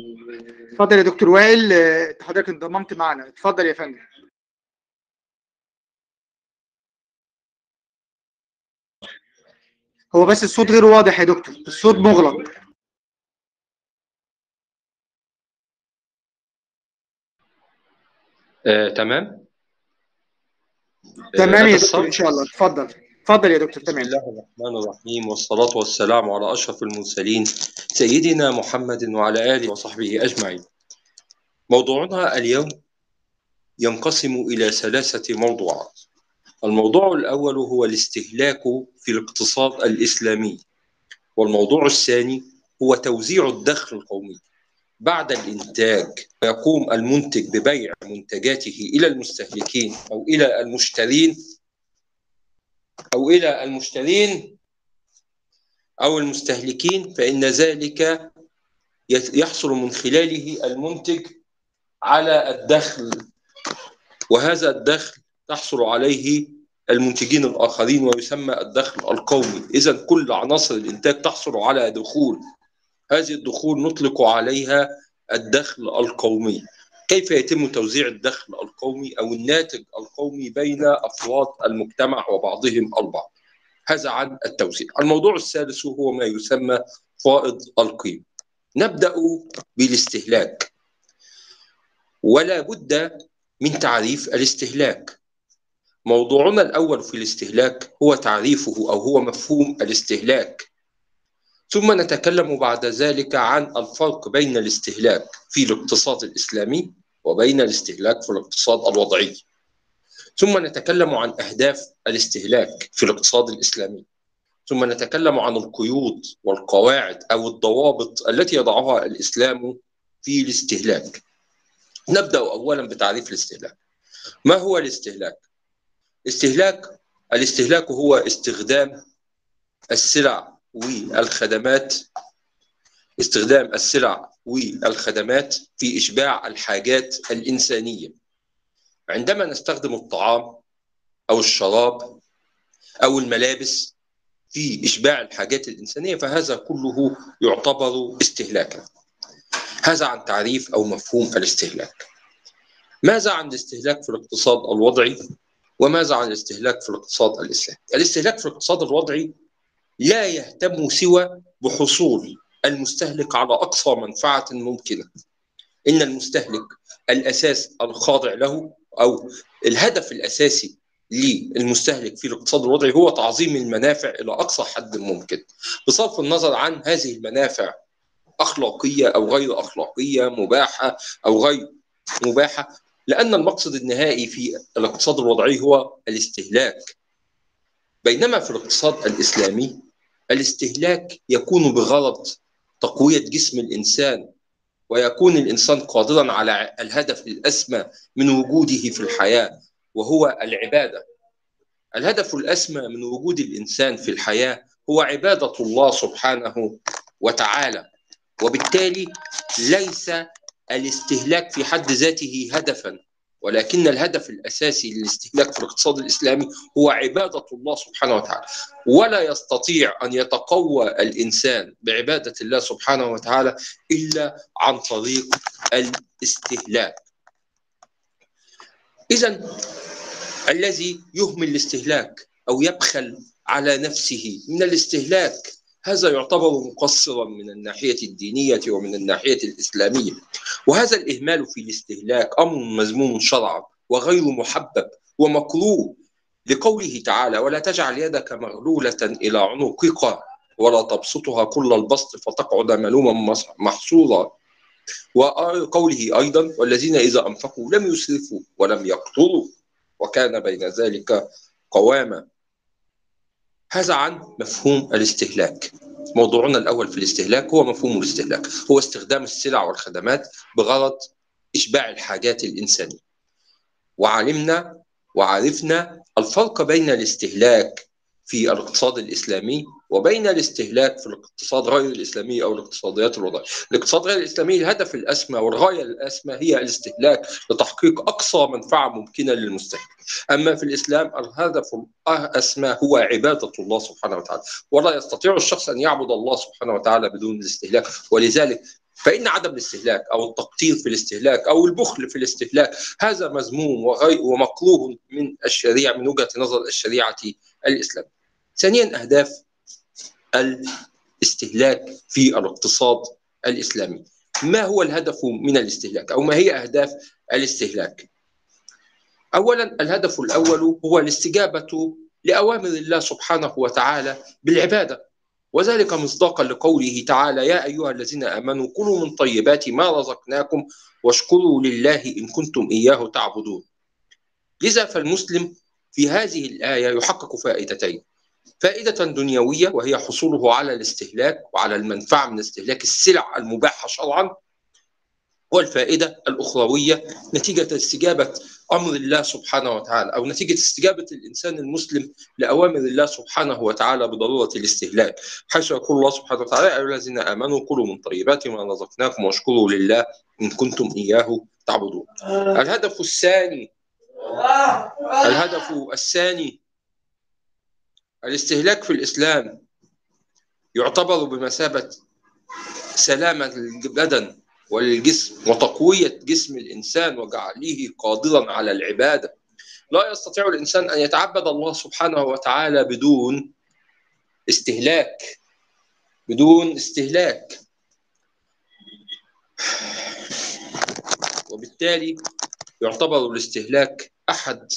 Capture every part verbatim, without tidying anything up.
اتفضل يا دكتور وائل، آه، حضرتك انضممت معنا، اتفضل يا فندم. هو بس الصوت غير واضح يا دكتور، الصوت مغلق. آه، تمام. تمام آه، يا أتى دكتور ان الصوت. شاء الله، اتفضل اتفضل يا دكتور. بسم تمام. الله الرحمن الرحيم، والصلاة والسلام على أشرف المرسلين سيدنا محمد وعلى آله وصحبه أجمعين. موضوعنا اليوم ينقسم إلى ثلاثة موضوعات. الموضوع الأول هو الاستهلاك في الاقتصاد الإسلامي، والموضوع الثاني هو توزيع الدخل القومي بعد الإنتاج، ويقوم المنتج ببيع منتجاته إلى المستهلكين أو إلى المشترين أو إلى المشترين أو المستهلكين، فإن ذلك يحصل من خلاله المنتج على الدخل، وهذا الدخل تحصل عليه المنتجين الآخرين ويسمى الدخل القومي. إذن كل عناصر الإنتاج تحصل على دخول، هذه الدخول نطلق عليها الدخل القومي. كيف يتم توزيع الدخل القومي أو الناتج القومي بين أفراد المجتمع وبعضهم البعض؟ هذا عن التوزيع. الموضوع الثالث هو ما يسمى فائض القيمة. نبدأ بالاستهلاك، ولا بد من تعريف الاستهلاك. موضوعنا الأول في الاستهلاك هو تعريفه أو هو مفهوم الاستهلاك، ثم نتكلم بعد ذلك عن الفرق بين الاستهلاك في الاقتصاد الإسلامي وبين الاستهلاك في الاقتصاد الوضعي، ثم نتكلم عن أهداف الاستهلاك في الاقتصاد الإسلامي، ثم نتكلم عن القيود والقواعد أو الضوابط التي يضعها الإسلام في الاستهلاك. نبدأ أولا بتعريف الاستهلاك. ما هو الاستهلاك؟ استهلاك الاستهلاك هو استخدام السلع والخدمات استخدام السلع والخدمات في إشباع الحاجات الإنسانية. عندما نستخدم الطعام أو الشراب أو الملابس في إشباع الحاجات الإنسانية، فهذا كله يعتبر استهلاكا. هذا عن تعريف أو مفهوم الاستهلاك. ماذا عن الاستهلاك في الاقتصاد الوضعي؟ وماذا عن الاستهلاك في الاقتصاد الإسلامي؟ الاستهلاك في الاقتصاد الوضعي لا يهتم سوى بحصول المستهلك على أقصى منفعة ممكنة. إن المستهلك الأساس الخاضع له أو الهدف الأساسي للمستهلك في الاقتصاد الوضعي هو تعظيم المنافع إلى أقصى حد ممكن، بصرف النظر عن هذه المنافع أخلاقية أو غير أخلاقية، مباحة أو غير مباحة، لأن المقصد النهائي في الاقتصاد الوضعي هو الاستهلاك. بينما في الاقتصاد الإسلامي الاستهلاك يكون بغرض تقوية جسم الإنسان، ويكون الإنسان قادرا على الهدف الأسمى من وجوده في الحياة وهو العبادة. الهدف الأسمى من وجود الإنسان في الحياة هو عبادة الله سبحانه وتعالى، وبالتالي ليس الاستهلاك في حد ذاته هدفا، ولكن الهدف الأساسي للاستهلاك في الاقتصاد الإسلامي هو عبادة الله سبحانه وتعالى. ولا يستطيع أن يتقوى الإنسان بعبادة الله سبحانه وتعالى إلا عن طريق الاستهلاك. إذن الذي يهمل الاستهلاك أو يبخل على نفسه من الاستهلاك هذا يعتبر مقصرا من الناحية الدينية ومن الناحية الإسلامية. وهذا الإهمال في الاستهلاك أمر مذموم شرعا وغير محبب ومكروه، لقوله تعالى: ولا تجعل يدك مغلولة إلى عنقك ولا تبسطها كل البسط فتقعد ملوما محصورا. وقوله أيضا: والذين إذا أنفقوا لم يسرفوا ولم يقتروا وكان بين ذلك قواما. هذا عن مفهوم الاستهلاك. موضوعنا الأول في الاستهلاك هو مفهوم الاستهلاك، هو استخدام السلع والخدمات بغرض إشباع الحاجات الإنسانية. وعلمنا وعرفنا الفرق بين الاستهلاك في الاقتصاد الإسلامي وبين الاستهلاك في الاقتصاد غير الإسلامي أو الاقتصاديات الوضعية. الاقتصاد غير الإسلامي الهدف الأسمى والغاية الأسمى هي الاستهلاك لتحقيق أقصى منفعة ممكنة للمستهلك. أما في الإسلام الهدف الأسمى هو عبادة الله سبحانه وتعالى، ولا يستطيع الشخص أن يعبد الله سبحانه وتعالى بدون الاستهلاك. ولذلك فإن عدم الاستهلاك أو التقطير في الاستهلاك أو البخل في الاستهلاك هذا مذموم ومكروه من الشريعة، من وجهة نظر الشريعة الإسلامية. ثانيا، أهداف الاستهلاك في الاقتصاد الإسلامي. ما هو الهدف من الاستهلاك أو ما هي أهداف الاستهلاك؟ أولا، الهدف الأول هو الاستجابة لأوامر الله سبحانه وتعالى بالعبادة، وذلك مصداقا لقوله تعالى: يا أيها الذين آمنوا كلوا من طيبات ما رزقناكم واشكروا لله إن كنتم إياه تعبدون. لذا فالمسلم في هذه الآية يحقق فائدتين: فائدة دنيوية وهي حصوله على الاستهلاك وعلى المنفعة من استهلاك السلع المباحة شرعا، والفائدة الأخروية نتيجة استجابة أمر الله سبحانه وتعالى أو نتيجة استجابة الإنسان المسلم لأوامر الله سبحانه وتعالى بضرورة الاستهلاك، حيث يقول الله سبحانه وتعالى: يا أيها الذين آمنوا كلوا من طيبات ما رزقناكم واشكروا لله إن كنتم إياه تعبدون. الهدف الثاني الهدف الثاني الاستهلاك في الإسلام يعتبر بمثابة سلامة البدن والجسم وتقوية جسم الإنسان وجعله قادرا على العبادة. لا يستطيع الإنسان أن يتعبد الله سبحانه وتعالى بدون استهلاك بدون استهلاك وبالتالي يعتبر الاستهلاك أحد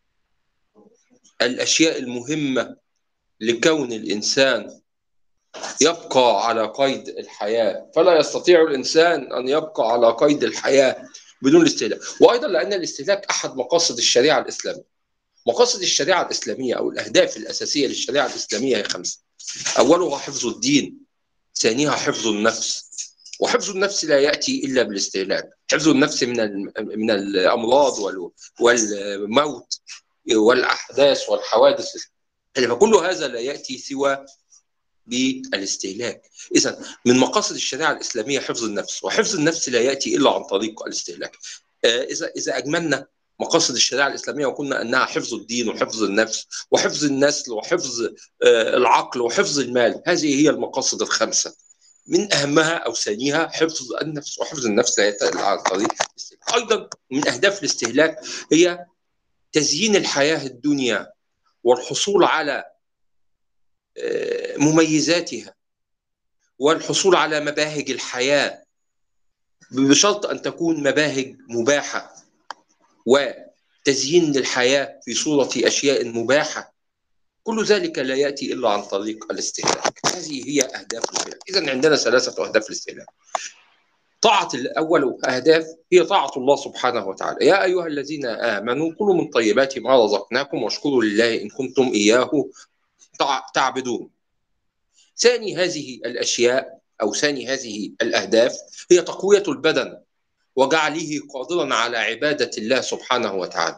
الأشياء المهمة لكون الإنسان يبقى على قيد الحياة. فلا يستطيع الإنسان أن يبقى على قيد الحياة بدون الاستهلاك. وأيضا لأن الاستهلاك أحد مقاصد الشريعة الإسلامية. مقاصد الشريعة الإسلامية أو الأهداف الأساسية للشريعة الإسلامية هي خمسة: أولها حفظ الدين، ثانيها حفظ النفس، وحفظ النفس لا يأتي إلا بالاستهلاك. حفظ النفس من من الأمراض والموت والأحداث والحوادث، فكل هذا لا يأتي سوى بالاستهلاك. إذن من مقاصد الشريعة الإسلامية حفظ النفس، وحفظ النفس لا يأتي إلا عن طريق الاستهلاك. إذا إذا أجملنا مقاصد الشريعة الإسلامية وقلنا أنها حفظ الدين وحفظ النفس وحفظ النسل وحفظ العقل وحفظ المال، هذه هي المقاصد الخمسة. من أهمها أو ثانيها حفظ النفس، وحفظ النفس لا يأتي إلا عن طريق الاستهلاك. أيضا من أهداف الاستهلاك هي تزيين الحياة الدنيا والحصول على مميزاتها والحصول على مباهج الحياة، بشرط أن تكون مباهج مباحة وتزيين للحياة في صورة أشياء مباحة. كل ذلك لا يأتي إلا عن طريق الاستهلاك. هذه هي أهداف الاستهلاك. إذن عندنا ثلاثة أهداف الاستهلاك. طاعة الأول أهداف هي طاعة الله سبحانه وتعالى: يا أيها الذين آمنوا كلوا من طيبات ما رزقناكم واشكروا لله إن كنتم إياه تعبدون. ثاني هذه الأشياء أو ثاني هذه الأهداف هي تقوية البدن وجعله قادرا على عبادة الله سبحانه وتعالى.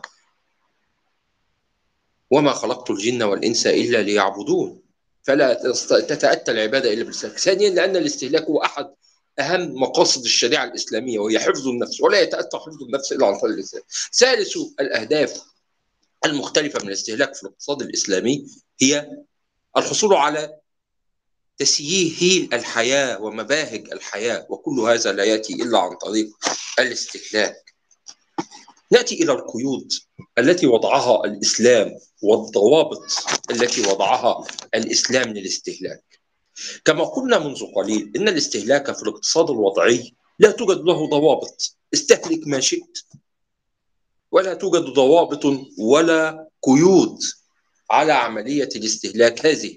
وما خلقت الجن والإنس إلا ليعبدون، فلا تتأتى العبادة إلا بالاستهلاك. ثانيا، لأن الاستهلاك هو أحد أهم مقاصد الشريعة الإسلامية وهي حفظ النفس، ولا يتأتى حفظ النفس إلا عن طريق الاستهلاك. ثالث الأهداف المختلفة من الاستهلاك في الاقتصاد الإسلامي هي الحصول على تسيير الحياة ومباهج الحياة، وكل هذا لا يأتي إلا عن طريق الاستهلاك. نأتي إلى القيود التي وضعها الإسلام والضوابط التي وضعها الإسلام للاستهلاك. كما قلنا منذ قليل إن الاستهلاك في الاقتصاد الوضعي لا توجد له ضوابط، استهلك ما شئت، ولا توجد ضوابط ولا قيود على عملية الاستهلاك هذه.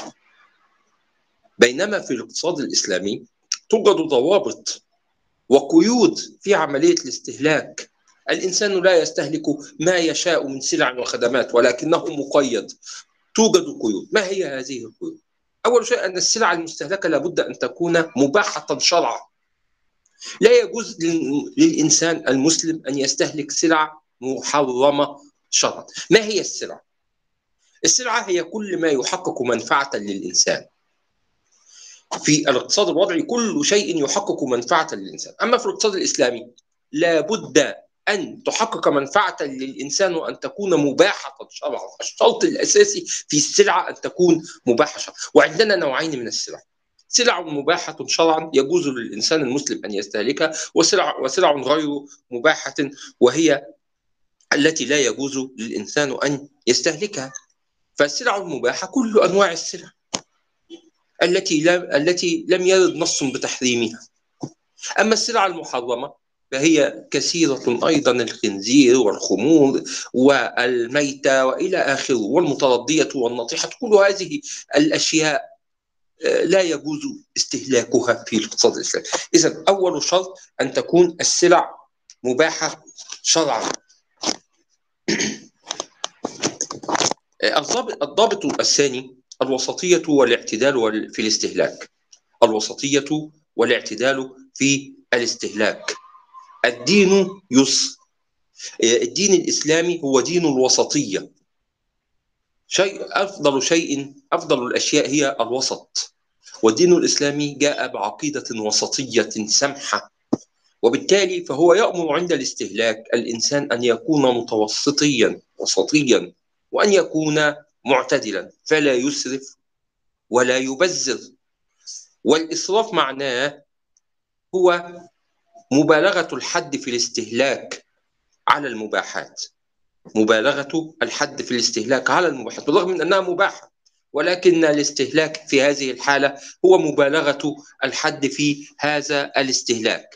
بينما في الاقتصاد الإسلامي توجد ضوابط وقيود في عملية الاستهلاك. الإنسان لا يستهلك ما يشاء من سلع وخدمات ولكنه مقيد. توجد قيود. ما هي هذه القيود؟ أول شيء أن السلع المستهلكة لابد أن تكون مباحة شرعا. لا يجوز للإنسان المسلم أن يستهلك سلع محرمة شرعا. ما هي السلع؟ السلعة هي كل ما يحقق منفعة للإنسان. في الاقتصاد الوضعي كل شيء يحقق منفعة للإنسان. أما في الاقتصاد الإسلامي لابد أن تحقق منفعة للإنسان وأن تكون مباحة شرعا. الشرط الأساسي في السلعة أن تكون مباحة شرعا. وعندنا نوعين من السلع: سلع مباحة شرعا يجوز للإنسان المسلم أن يستهلكها، وسلع وسلع غير مباحة وهي التي لا يجوز للإنسان أن يستهلكها. فالسلع المباحة كل أنواع السلع التي لم التي لم يرد نص بتحريمها. أما السلع المحرمة فهي كثيرة أيضا، الخنزير والخمور والميتة وإلى آخره، والمتردية والنطيحة، كل هذه الأشياء لا يجوز استهلاكها في الاقتصاد الإسلامي. إذن أول شرط أن تكون السلع مباحة شرعا. الضابط الثاني الوسطية والاعتدال في الاستهلاك. الوسطية والاعتدال في الاستهلاك. الدين يسر. الدين الإسلامي هو دين الوسطية. شيء أفضل شيء أفضل الأشياء هي الوسط، والدين الإسلامي جاء بعقيدة وسطية سمحة، وبالتالي فهو يأمر عند الاستهلاك الإنسان أن يكون متوسطيا وسطيا، وأن يكون معتدلا، فلا يسرف ولا يبذر. والإسراف معناه هو مبالغة الحد في الاستهلاك على المباحات، مبالغة الحد في الاستهلاك على المباحات بالرغم من أنها مباحة، ولكن الاستهلاك في هذه الحالة هو مبالغة الحد في هذا الاستهلاك.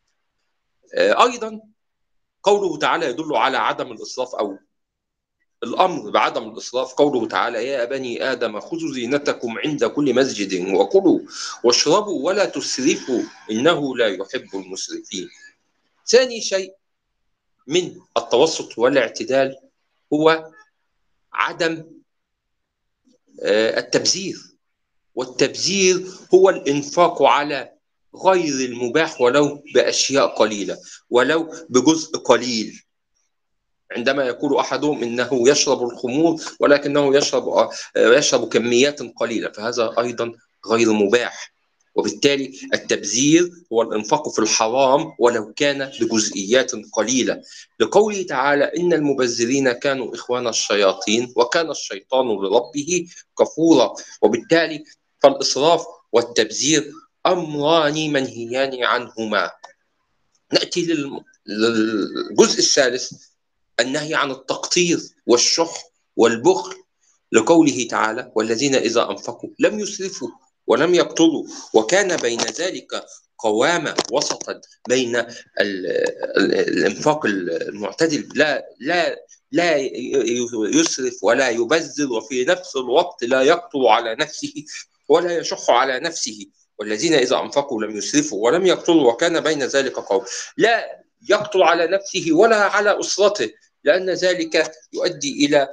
أيضا قوله تعالى يدل على عدم الإسراف أو الأمر بعدم الإسراف. قوله تعالى يا بني آدم خذوا زينتكم عند كل مسجد وكلوا واشربوا ولا تسرفوا إنه لا يحب المسرفين. ثاني شيء من التوسط والاعتدال هو عدم التبذير، والتبذير هو الإنفاق على غير المباح ولو بأشياء قليلة، ولو بجزء قليل. عندما يقول أحدهم إنه يشرب الخمور ولكنه يشرب يشرب كميات قليلة، فهذا أيضا غير مباح. وبالتالي التبذير هو الإنفاق في الحرام ولو كان بجزئيات قليلة، لقوله تعالى إن المبذرين كانوا إخوان الشياطين وكان الشيطان لربه كفورا. وبالتالي فالإسراف والتبذير أمران منهيان عنهما. نأتي للجزء الثالث، النهي عن التقتير والشح والبخل، لقوله تعالى والذين إذا أنفقوا لم يسرفوا ولم يقتروا وكان بين ذلك قواما، وسطا بين الإنفاق المعتدل، لا لا لا يسرف ولا يبذر، وفي نفس الوقت لا يقتر على نفسه ولا يشح على نفسه. والذين إذا أنفقوا لم يسرفوا ولم يقتروا وكان بين ذلك قوام، لا يقتر على نفسه ولا على أسرته، لأن ذلك يؤدي إلى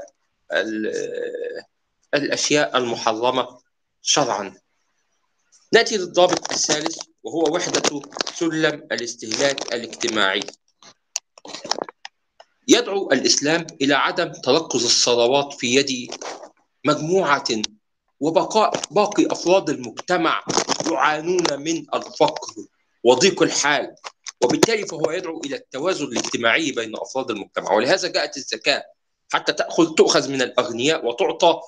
الأشياء المحرمة شرعا. نأتي للضابط الثالث وهو وحدة سلم الاستهلاك الاجتماعي. يدعو الإسلام إلى عدم تركز الثروات في يد مجموعة وبقاء باقي أفراد المجتمع يعانون من الفقر وضيق الحال، وبالتالي فهو يدعو إلى التوازن الاجتماعي بين أفراد المجتمع. ولهذا جاءت الزكاة حتى تأخذ تؤخذ من الأغنياء وتعطى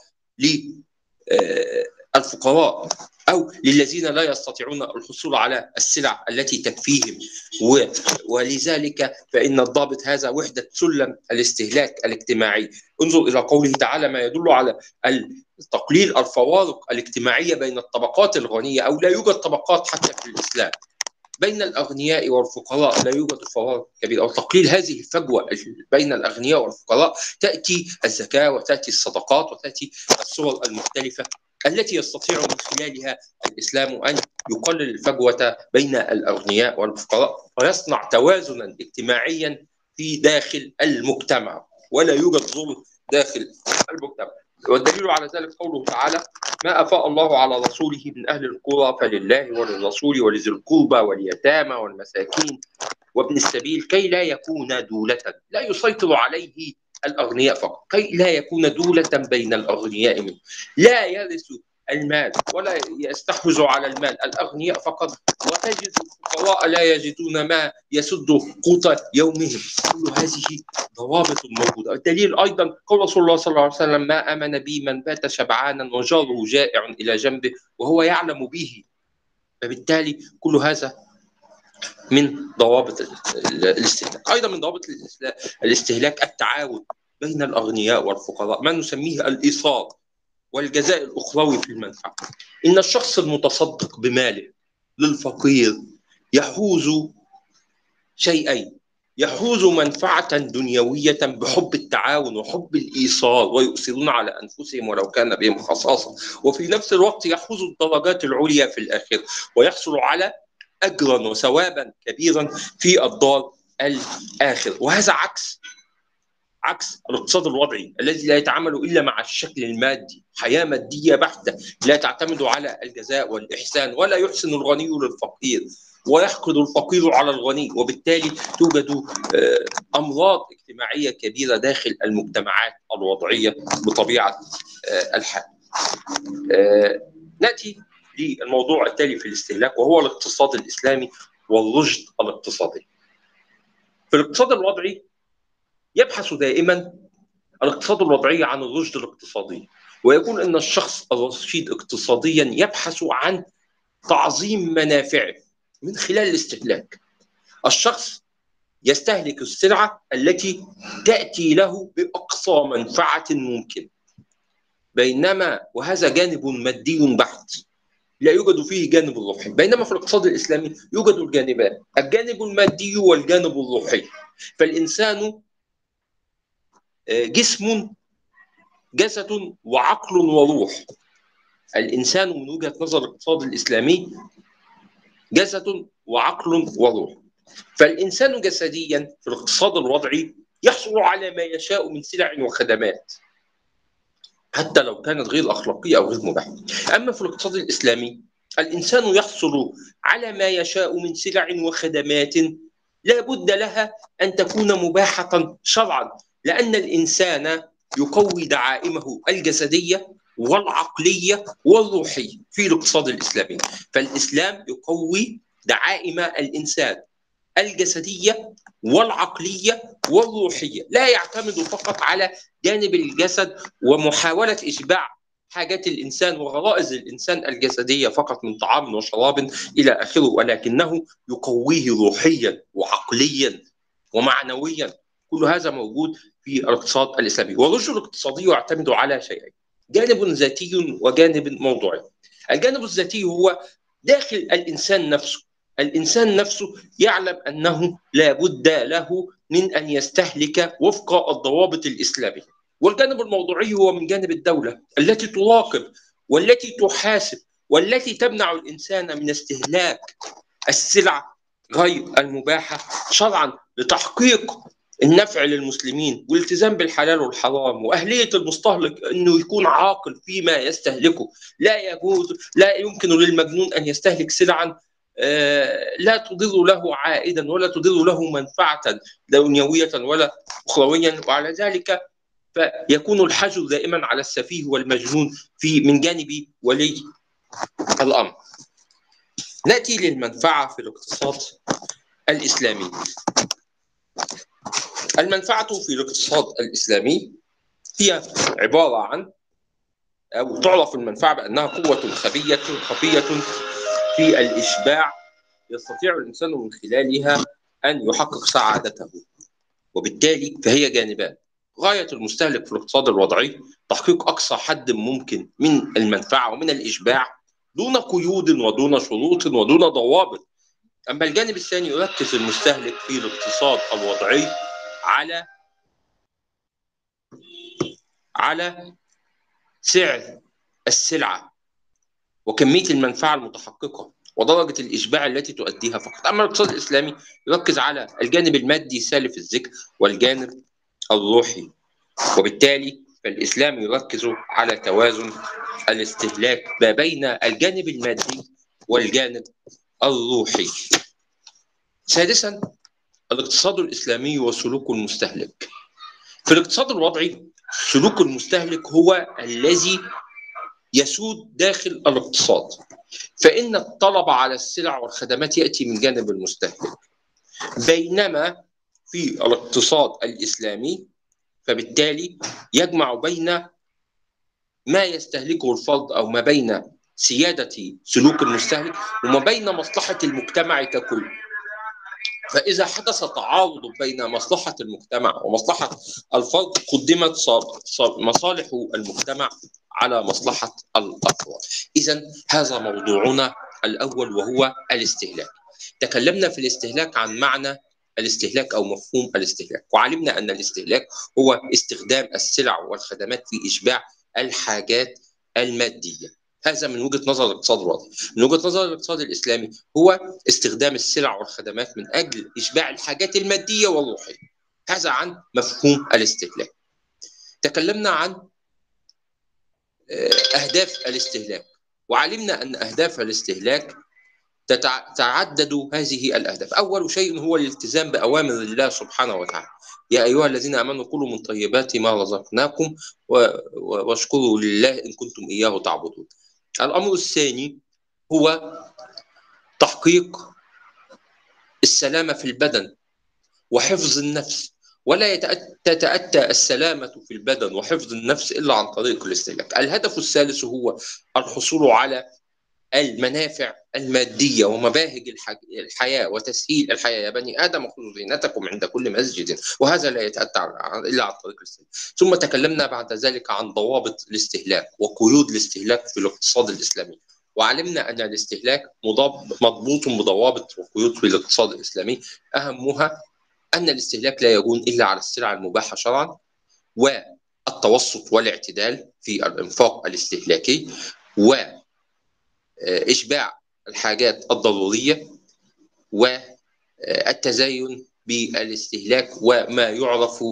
للفقراء أو للذين لا يستطيعون الحصول على السلع التي تكفيهم. ولذلك فإن الضابط هذا وحدة سلم الاستهلاك الاجتماعي. انظر إلى قوله تعالى ما يدل على تقليل الفوارق الاجتماعية بين الطبقات الغنية، أو لا يوجد طبقات حتى في الإسلام بين الأغنياء والفقراء، لا يوجد فوارق كبيرة، أو تقليل هذه الفجوة بين الأغنياء والفقراء. تأتي الزكاة وتأتي الصدقات وتأتي الصور المختلفة التي يستطيع من خلالها الإسلام أن يقلل الفجوة بين الأغنياء والفقراء ويصنع توازنا اجتماعيا في داخل المجتمع، ولا يوجد ظلم داخل المجتمع. والدليل على ذلك قوله تعالى ما أفاء الله على رسوله من أهل القرى فلله وللرسول ولذي القربى واليتامى والمساكين وابن السبيل كي لا يكون دولة، لا يسيطر عليه الأغنياء فقط، كي لا يكون دولة بين الأغنياء منه، لا يرث المال ولا يستحوذ على المال الأغنياء فقط، وتجد الفقراء لا يجدون ما يسد قوت يومهم. كل هذه ضوابط موجودة. الدليل أيضا قول رسول الله صلى الله عليه وسلم ما آمن بي من بات شبعانا وجاره جائع إلى جنبه وهو يعلم به. فبالتالي كل هذا من ضوابط الاستهلاك. أيضا من ضوابط الاستهلاك التعاون بين الأغنياء والفقراء، ما نسميه الإيصال والجزاء الأخروي في المنفعة. إن الشخص المتصدق بماله للفقير يحوز شيئين: يحوز منفعة دنيوية بحب التعاون وحب الإيصال ويؤثرون على أنفسهم ولو كان بهم خصاصة، وفي نفس الوقت يحوز الدرجات العليا في الآخرة ويحصل على أجرا وثوابا كبيرا في الدار الآخر. وهذا عكس عكس الاقتصاد الوضعي الذي لا يتعامل إلا مع الشكل المادي، حياة مادية بحتة لا تعتمد على الجزاء والإحسان، ولا يحسن الغني للفقير ويحقد الفقير على الغني، وبالتالي توجد أمراض اجتماعية كبيرة داخل المجتمعات الوضعية بطبيعة الحال. نأتي للموضوع التالي في الاستهلاك، وهو الاقتصاد الإسلامي والرشد الاقتصادي. في الاقتصاد الوضعي يبحث دائما الاقتصاد الوضعي عن الرشد الاقتصادي، ويكون أن الشخص الرشيد اقتصاديا يبحث عن تعظيم منافعه من خلال الاستهلاك. الشخص يستهلك السلعة التي تأتي له بأقصى منفعة ممكن، بينما وهذا جانب مادي بحت لا يوجد فيه جانب روحي. بينما في الاقتصاد الإسلامي يوجد الجانبان، الجانب المادي والجانب الروحي. فالإنسان جسم جسد وعقل وروح. الإنسان من وجهة نظر الاقتصاد الإسلامي جسد وعقل وروح. فالإنسان جسديا في الاقتصاد الوضعي يحصل على ما يشاء من سلع وخدمات حتى لو كانت غير أخلاقية أو غير مباحة. أما في الاقتصاد الإسلامي الإنسان يحصل على ما يشاء من سلع وخدمات لا بد لها أن تكون مباحة شرعا، لأن الإنسان يقوي دعائمه الجسدية والعقلية والروحية في الاقتصاد الإسلامي. فالإسلام يقوي دعائم الإنسان الجسدية والعقلية والروحية، لا يعتمد فقط على جانب الجسد ومحاولة إشباع حاجات الإنسان وغرائز الإنسان الجسدية فقط من طعام وشراب إلى آخره، ولكنه يقويه روحيا وعقليا ومعنويا. كل هذا موجود في الاقتصاد الإسلامي. والرشد الاقتصادي يعتمد على شيئين: جانب ذاتي وجانب موضوعي. الجانب الذاتي هو داخل الإنسان نفسه. الإنسان نفسه يعلم أنه لا بد له من أن يستهلك وفق الضوابط الإسلامية. والجانب الموضوعي هو من جانب الدولة التي تراقب والتي تحاسب والتي تمنع الإنسان من استهلاك السلع غير المباحة شرعا لتحقيق النفع للمسلمين والالتزام بالحلال والحرام، وأهلية المستهلك أنه يكون عاقل فيما يستهلكه. لا يجوز لا يمكن للمجنون أن يستهلك سلعا لا تضر له عائدا ولا تضر له منفعة دنيوية ولا أخرويا، وعلى ذلك فيكون الحجر دائما على السفيه والمجنون في من جانب ولي الأمر. نأتي للمنفعة في الاقتصاد الإسلامي. المنفعة في الاقتصاد الإسلامي هي عبارة عن، أو تعرف المنفعة بأنها قوة خفية خفية في الإشباع يستطيع الإنسان من خلالها أن يحقق سعادته. وبالتالي فهي جانبان: غاية المستهلك في الاقتصاد الوضعي تحقيق أقصى حد ممكن من المنفعة ومن الإشباع دون قيود ودون شروط ودون ضوابط. أما الجانب الثاني يركز المستهلك في الاقتصاد الوضعي على على سعر السلعة وكمية المنفعة المتحققة ودرجة الإشباع التي تؤديها فقط. أما الاقتصاد الإسلامي يركز على الجانب المادي سالف الذكر والجانب الروحي، وبالتالي فالإسلام يركز على توازن الاستهلاك ما بين الجانب المادي والجانب الروحي. سادسا، الاقتصاد الإسلامي وسلوك المستهلك. في الاقتصاد الوضعي سلوك المستهلك هو الذي يسود داخل الاقتصاد، فإن الطلب على السلع والخدمات يأتي من جانب المستهلك. بينما في الاقتصاد الإسلامي فبالتالي يجمع بين ما يستهلكه الفرد أو ما بين سيادة سلوك المستهلك وما بين مصلحة المجتمع ككل. فإذا حدث تعارض بين مصلحة المجتمع ومصلحة الفرد قدمت مصالح المجتمع على مصلحة الأفراد. إذن هذا موضوعنا الأول وهو الاستهلاك. تكلمنا في الاستهلاك عن معنى الاستهلاك أو مفهوم الاستهلاك، وعلمنا أن الاستهلاك هو استخدام السلع والخدمات في إشباع الحاجات المادية. هذا من وجهة نظر الاقتصاد الوضعي. من وجهة نظر الاقتصاد الإسلامي هو استخدام السلع والخدمات من أجل إشباع الحاجات المادية والروحية. هذا عن مفهوم الاستهلاك. تكلمنا عن أهداف الاستهلاك، وعلمنا أن أهداف الاستهلاك تتعدد هذه الأهداف. أول شيء هو الالتزام بأوامر الله سبحانه وتعالى. يا أيها الذين آمنوا كلوا من طيبات ما رزقناكم واشكروا لله إن كنتم إياه تعبدون. الأمر الثاني هو تحقيق السلامة في البدن وحفظ النفس، ولا تتأتى السلامة في البدن وحفظ النفس إلا عن طريق الاستهلاك. الهدف الثالث هو الحصول على المنافع المادية ومباهج الحياة وتسهيل الحياة. يا بني آدم خذوا زينتكم عند كل مسجد، وهذا لا يتأتى إلا عن طريق الاستهلاك. ثم تكلمنا بعد ذلك عن ضوابط الاستهلاك وقيود الاستهلاك في الاقتصاد الإسلامي، وعلمنا أن الاستهلاك مضبوط بضوابط وقيود في الاقتصاد الإسلامي. أهمها أن الاستهلاك لا يكون إلا على السلع المباحة شرعا، والتوسط والاعتدال في الإنفاق الاستهلاكي، و إشباع الحاجات الضرورية، والتزين بالاستهلاك وما يعرف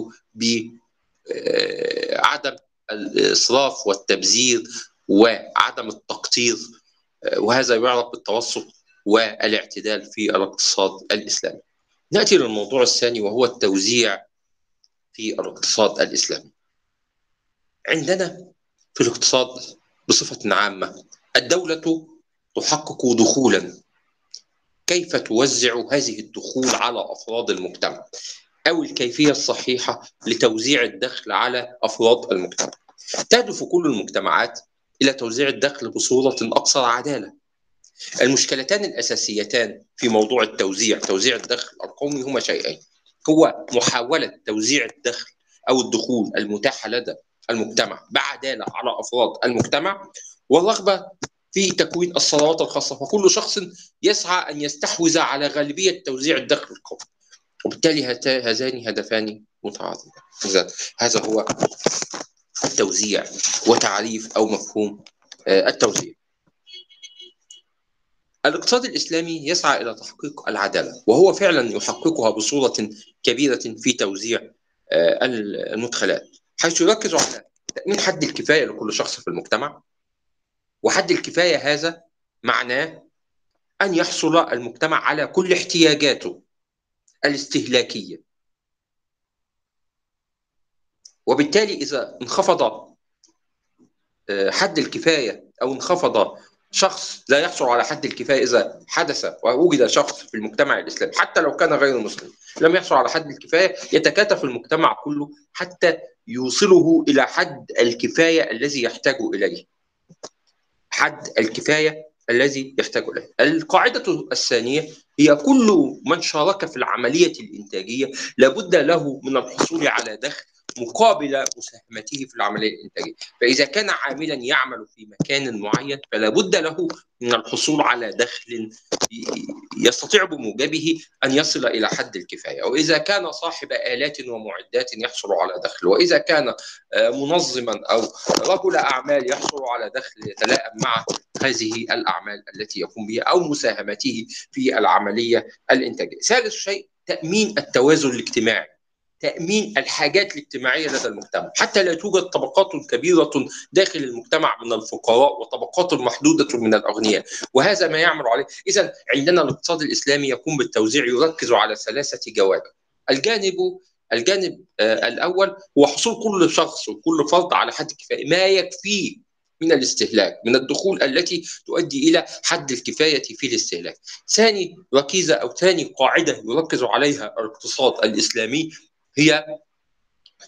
بعدم الإسراف والتبذير وعدم التقطير، وهذا يعرف بالتوسط والاعتدال في الاقتصاد الإسلامي. نأتي للموضوع الثاني وهو التوزيع في الاقتصاد الإسلامي. عندنا في الاقتصاد بصفة عامة الدولة تحقق دخولا. كيف توزع هذه الدخول على أفراد المجتمع، أو الكيفية الصحيحة لتوزيع الدخل على أفراد المجتمع؟ تهدف كل المجتمعات إلى توزيع الدخل بصورة أكثر عدالة. المشكلتان الأساسيتان في موضوع التوزيع توزيع الدخل القومي هما شيئين: هو محاولة توزيع الدخل أو الدخول المتاحة لدى المجتمع بعدالة على أفراد المجتمع، والرغبة في تكوين الثروات الخاصة، فكل شخص يسعى أن يستحوذ على غالبية توزيع الدخل القومي، وبالتالي هذان هدفان متعارضان. هذا هو التوزيع وتعريف أو مفهوم التوزيع. الاقتصاد الإسلامي يسعى إلى تحقيق العدالة، وهو فعلا يحققها بصورة كبيرة في توزيع المدخلات، حيث يركز على تأمين حد الكفاية لكل شخص في المجتمع. وحد الكفاية هذا معناه أن يحصل المجتمع على كل احتياجاته الاستهلاكية، وبالتالي إذا انخفض حد الكفاية أو انخفض شخص لا يحصل على حد الكفاية، إذا حدث ووجد شخص في المجتمع الإسلامي حتى لو كان غير مسلم لم يحصل على حد الكفاية، يتكاتف المجتمع كله حتى يوصله إلى حد الكفاية الذي يحتاج إليه. حد الكفاية الذي يحتاج إليه. القاعدة الثانية هي كل من شارك في العملية الإنتاجية لابد له من الحصول على دخل مقابل مساهمته في العملية الإنتاجية. فإذا كان عاملا يعمل في مكان معين فلا بد له من الحصول على دخل يستطيع بموجبه أن يصل إلى حد الكفاية، وإذا كان صاحب آلات ومعدات يحصل على دخل، وإذا كان منظما أو رجل أعمال يحصل على دخل يتلائم مع هذه الأعمال التي يقوم بها أو مساهمته في العملية الإنتاجية. ثالث شيء تأمين التوازن الاجتماعي، تأمين الحاجات الاجتماعية لدى المجتمع، حتى لا توجد طبقات كبيرة داخل المجتمع من الفقراء وطبقات محدودة من الأغنياء، وهذا ما يعمل عليه. إذن عندنا الاقتصاد الإسلامي يقوم بالتوزيع يركز على ثلاثة جوانب. الجانب الجانب آه الأول هو حصول كل شخص وكل فرد على حد الكفاية، ما يكفيه من الاستهلاك، من الدخول التي تؤدي إلى حد الكفاية في الاستهلاك. ثاني ركيزة أو ثاني قاعدة يركز عليها الاقتصاد الإسلامي هي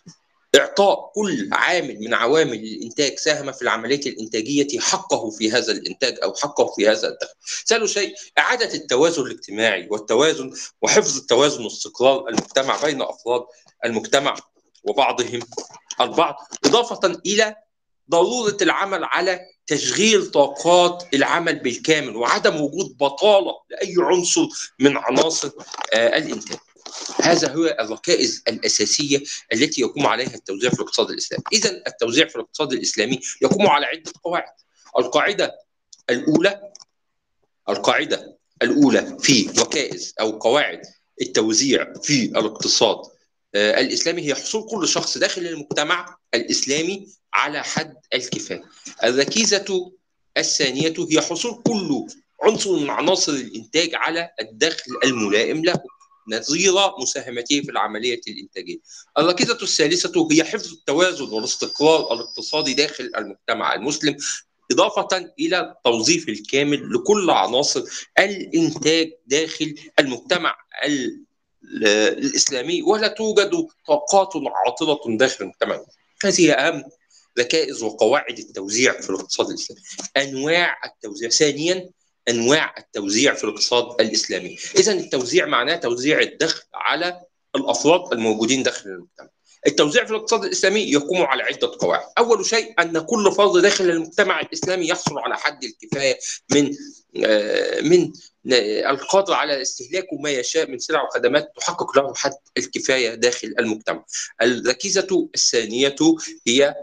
إعطاء كل عامل من عوامل الإنتاج ساهم في العملية الإنتاجية حقه في هذا الإنتاج أو حقه في هذا الدخل. ثالث شيء إعادة التوازن الاجتماعي والتوازن وحفظ التوازن واستقرار المجتمع بين أفراد المجتمع وبعضهم البعض، إضافة إلى ضرورة العمل على تشغيل طاقات العمل بالكامل وعدم وجود بطالة لأي عنصر من عناصر آه الإنتاج. هذا هو الركائز الأساسية التي يقوم عليها التوزيع في الاقتصاد الإسلامي. إذن التوزيع في الاقتصاد الإسلامي يقوم على عدة قواعد. القاعدة الأولى القاعدة الأولى في ركائز أو قواعد التوزيع في الاقتصاد آه الإسلامي هي حصول كل شخص داخل المجتمع الإسلامي على حد الكفاية. الركيزة الثانية هي حصول كل عنصر من عناصر الإنتاج على الدخل الملائم له نظير مساهمته في العملية الإنتاجية. الركيزة الثالثة هي حفظ التوازن والاستقرار الاقتصادي داخل المجتمع المسلم، إضافة إلى التوظيف الكامل لكل عناصر الإنتاج داخل المجتمع الإسلامي، ولا توجد طاقات عاطلة داخل المجتمع. هذه أهم ركائز وقواعد التوزيع في الاقتصاد الإسلامي. أنواع التوزيع. ثانياً، أنواع التوزيع في الاقتصاد الإسلامي. إذن التوزيع معناه توزيع الدخل على الأفراد الموجودين داخل المجتمع. التوزيع في الاقتصاد الإسلامي يقوم على عدة قواعد. أول شيء أن كل فرد داخل المجتمع الإسلامي يحصل على حد الكفاية من آه من القادر على استهلاكه ما يشاء من سلع وخدمات تحقق له حد الكفاية داخل المجتمع. الركيزة الثانية هي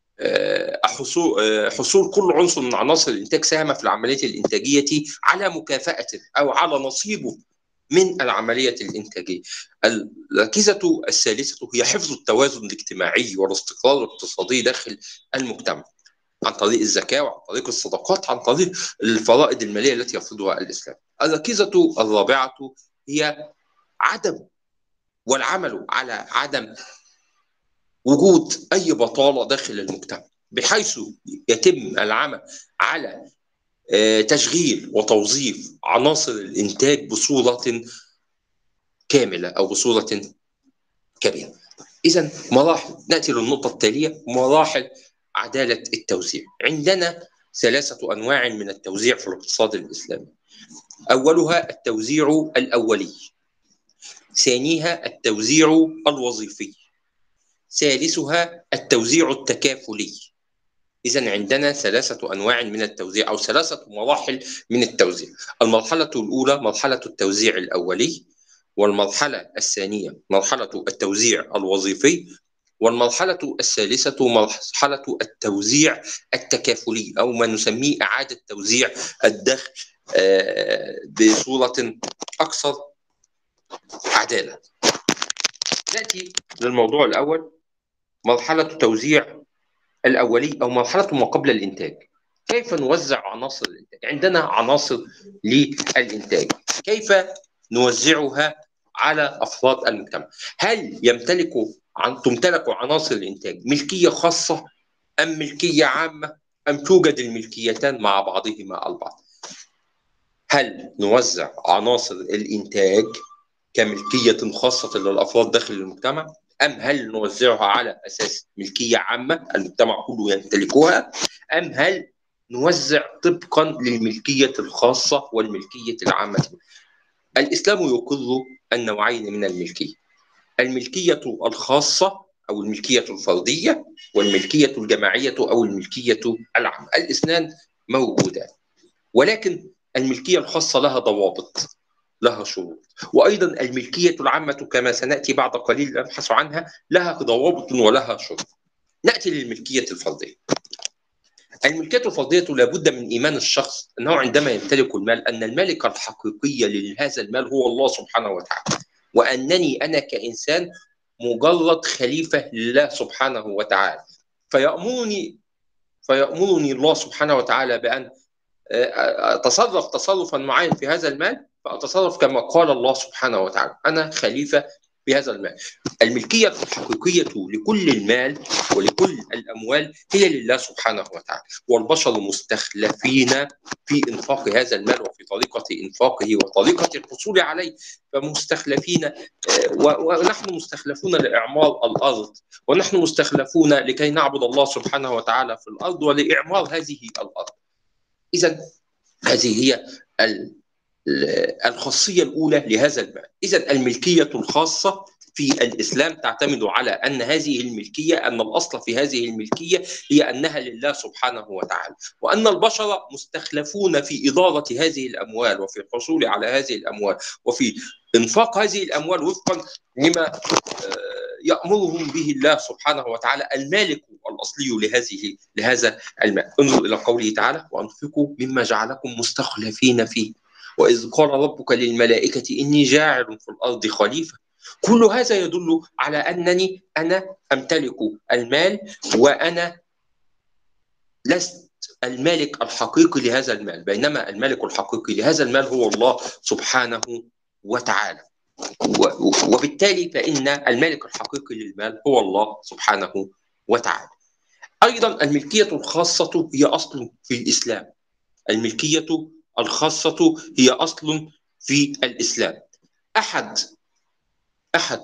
حصول حصول كل عنصر من عناصر الانتاج ساهم في العمليه الانتاجيه على مكافاته او على نصيبه من العمليه الانتاجيه. الركيزه الثالثه هي حفظ التوازن الاجتماعي والاستقرار الاقتصادي داخل المجتمع عن طريق الزكاه وعن طريق الصدقات عن طريق الفرائض الماليه التي يفرضها الاسلام. الركيزه الرابعه هي عدم والعمل على عدم وجود أي بطالة داخل المجتمع، بحيث يتم العمل على تشغيل وتوظيف عناصر الإنتاج بصورة كاملة أو بصورة كبيرة. إذن مراحل، نأتي للنقطة التالية، مراحل عدالة التوزيع. عندنا ثلاثة أنواع من التوزيع في الاقتصاد الإسلامي. أولها التوزيع الأولي، ثانيها التوزيع الوظيفي، ثالثها التوزيع التكافلي. إذن عندنا ثلاثة أنواع من التوزيع أو ثلاثة مراحل من التوزيع. المرحلة الأولى مرحلة التوزيع الأولي، والمرحلة الثانية مرحلة التوزيع الوظيفي، والمرحلة الثالثة مرحلة التوزيع التكافلي أو ما نسميه إعادة توزيع الدخل بصورة أكثر عدالة. نأتي للموضوع الأول، مرحلة التوزيع الأولي أو مرحلة ما قبل الإنتاج. كيف نوزع عناصر الإنتاج؟ عندنا عناصر للإنتاج، كيف نوزعها على أفراد المجتمع؟ هل يمتلك عن تمتلك عناصر الإنتاج ملكية خاصة أم ملكية عامة أم توجد الملكيتان مع بعضهما البعض؟ هل نوزع عناصر الإنتاج كملكية خاصة للأفراد داخل المجتمع، أم هل نوزعها على أساس ملكية عامة المجتمع كله يمتلكها، أم هل نوزع طبقا للملكية الخاصة والملكية العامة؟ الإسلام يقر النوعين من الملكية، الملكية الخاصة أو الملكية الفردية والملكية الجماعية أو الملكية العامة. الاثنان موجودان، ولكن الملكية الخاصة لها ضوابط، لها شروط، وأيضا الملكية العامة كما سنأتي بعد قليل نبحث عنها لها ضوابط ولها شروط. نأتي للملكية الفردية. الملكية الفردية لابد من إيمان الشخص أنه عندما يمتلك المال أن المالك الحقيقي لهذا المال هو الله سبحانه وتعالى، وأنني أنا كإنسان مجرد خليفة لله سبحانه وتعالى، فيأمرني فيأمرني الله سبحانه وتعالى بأن أتصرف تصرفا معين في هذا المال، فأتصرف كما قال الله سبحانه وتعالى. أنا خليفة بهذا المال. الملكية الحقيقية لكل المال ولكل الأموال هي لله سبحانه وتعالى، والبشر مستخلفين في إنفاق هذا المال وفي طريقة إنفاقه وطريقة الحصول عليه، فمستخلفين، ونحن مستخلفون لإعمار الأرض، ونحن مستخلفون لكي نعبد الله سبحانه وتعالى في الأرض ولإعمار هذه الأرض. إذن هذه هي الخاصية الأولى لهذا المال. إذن الملكية الخاصة في الإسلام تعتمد على أن هذه الملكية، أن الأصل في هذه الملكية هي أنها لله سبحانه وتعالى، وأن البشر مستخلفون في إدارة هذه الأموال وفي الحصول على هذه الأموال وفي إنفاق هذه الأموال وفقا لما يأمرهم به الله سبحانه وتعالى المالك الأصلي لهذه لهذا المال. انظر إلى قوله تعالى: وأنفقوا مما جعلكم مستخلفين فيه وإذ قال ربك للملائكة إني جاعل في الأرض خليفة. كل هذا يدل على أنني أنا أمتلك المال، وأنا لست المالك الحقيقي لهذا المال، بينما المالك الحقيقي لهذا المال هو الله سبحانه وتعالى. وبالتالي فإن المالك الحقيقي للمال هو الله سبحانه وتعالى. أيضا الملكية الخاصة هي أصل في الإسلام. الملكية الخاصة هي أصل في الإسلام. أحد أحد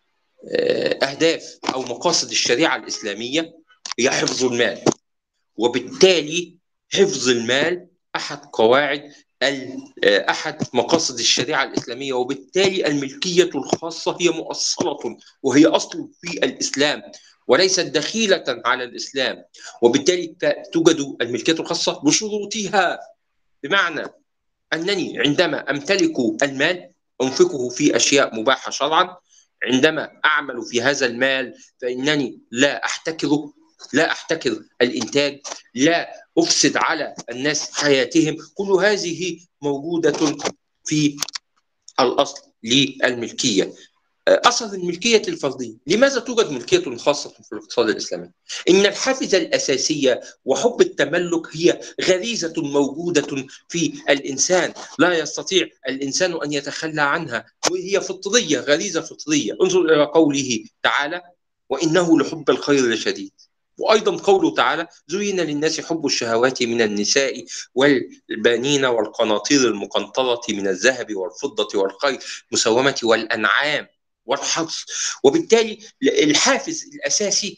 أهداف أو مقاصد الشريعة الإسلامية هي حفظ المال، وبالتالي حفظ المال أحد قواعد أحد مقاصد الشريعة الإسلامية، وبالتالي الملكية الخاصة هي مؤصلة وهي أصل في الإسلام وليست دخيلة على الإسلام، وبالتالي توجد الملكية الخاصة بشروطها، بمعنى أنني عندما أمتلك المال أنفقه في أشياء مباحة شرعا، عندما أعمل في هذا المال فإنني لا أحتكره، لا أحتكر الإنتاج، لا أفسد على الناس حياتهم. كل هذه موجودة في الأصل للملكية. أصل الملكية الفردية. لماذا توجد ملكية خاصة في الاقتصاد الإسلامي؟ إن الحافز الأساسية وحب التملك هي غريزة موجودة في الإنسان، لا يستطيع الإنسان أن يتخلى عنها، وهي فطرية، غريزة فطرية. انظر إلى قوله تعالى: وإنه لحب الخير لشديد. وأيضا قوله تعالى: زين للناس حب الشهوات من النساء والبنين والقناطير المقنطرة من الذهب والفضة والخيل المسومة والأنعام والحرث. وبالتالي الحافز الأساسي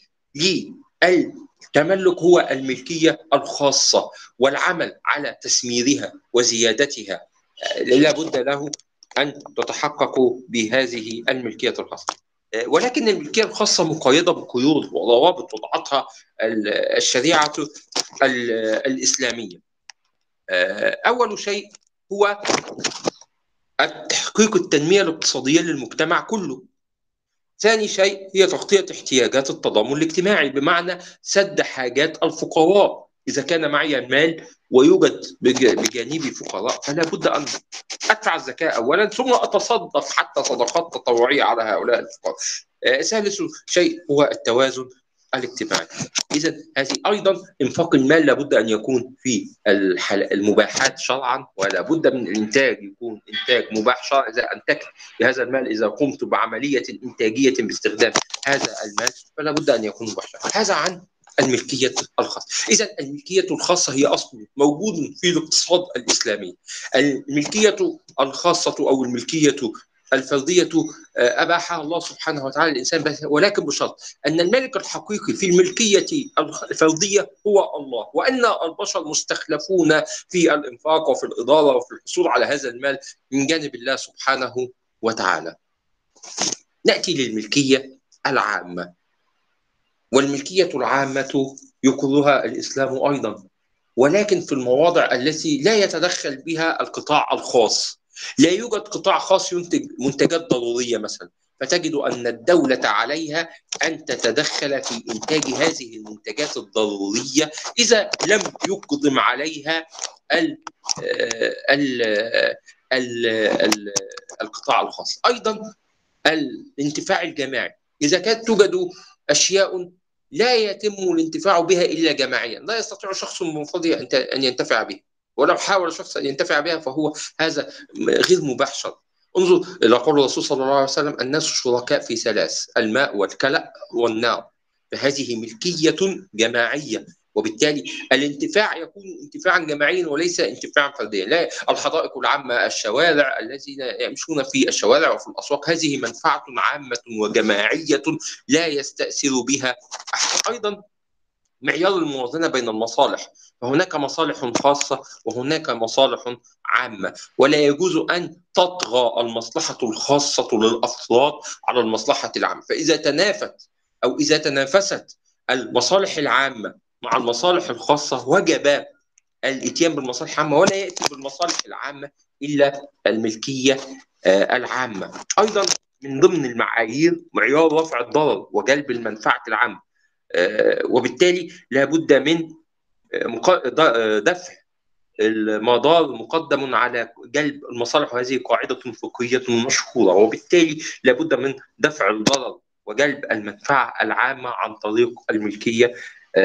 للتملك هو الملكية الخاصة، والعمل على تسميرها وزيادتها لا بد له أن تتحقق بهذه الملكية الخاصة. ولكن الملكية الخاصة مقيدة بقيود وضوابط وضعتها الشريعة الإسلامية. أول شيء هو تحقيق التنمية الاقتصادية للمجتمع كله. ثاني شيء هي تغطية احتياجات التضامن الاجتماعي، بمعنى سد حاجات الفقراء. إذا كان معي المال ويوجد بجانبي فقراء فلا بد أن أدفع الزكاة أولا، ثم أتصدق حتى صدقات تطوعية على هؤلاء الفقراء. آه، ثالث شيء هو التوازن الاجتماعي. إذا هذه أيضا إنفاق المال لابد أن يكون في المباحات شرعا، ولا بد من الإنتاج يكون إنتاج مباح شرعا. إذا أنتجت بهذا المال، إذا قمت بعملية إنتاجية باستخدام هذا المال فلا بد أن يكون مباح شرعا. هذا عن الملكية الخاصة. إذا الملكية الخاصة هي أصل موجود في الاقتصاد الإسلامي. الملكية الخاصة أو الملكية الفردية أباحها الله سبحانه وتعالى للإنسان، ولكن بشرط أن المالك الحقيقي في الملكية الفردية هو الله، وأن البشر مستخلفون في الإنفاق وفي الإدارة وفي الحصول على هذا المال من جانب الله سبحانه وتعالى. نأتي للملكية العامة. والملكية العامة يقرها الإسلام أيضا، ولكن في المواضع التي لا يتدخل بها القطاع الخاص. لا يوجد قطاع خاص ينتج منتجات ضرورية مثلا، فتجد أن الدولة عليها أن تتدخل في إنتاج هذه المنتجات الضرورية إذا لم يقدم عليها ال ال ال ال القطاع الخاص. أيضا الانتفاع الجماعي. إذا كانت توجد أشياء لا يتم الانتفاع بها إلا جماعيا، لا يستطيع شخص منفرد أن ينتفع بها، ولو حاول شخص أن ينتفع بها فهو هذا غير مباح شرعا. انظر إلى قول الرسول صلى الله عليه وسلم: الناس شركاء في ثلاث: الماء والكلأ والنار. فهذه ملكية جماعية، وبالتالي الانتفاع يكون انتفاعا جماعيا وليس انتفاعا فرديا. لا، الحدائق العامة، الشوارع، الذين يمشون في الشوارع وفي الأسواق، هذه منفعة عامة وجماعية لا يستأثر بها أحد. أيضا معيار الموازنة بين المصالح، فهناك مصالح خاصة وهناك مصالح عامة، ولا يجوز أن تطغى المصلحة الخاصة للأفراد على المصلحة العامة. فإذا تنافت أو إذا تنافست المصالح العامة مع المصالح الخاصة، وجب الاتيان بالمصالح العامة، ولا يأتي بالمصالح العامة إلا الملكية العامة. أيضا من ضمن المعايير معيار رفع الضرر وجلب المنفعة العامة، وبالتالي لابد من دفع المضار مقدم على جلب المصالح، وهذه قاعدة فقهية مشهورة. وبالتالي لابد من دفع الضرر وجلب المنفعة العامة عن طريق الملكية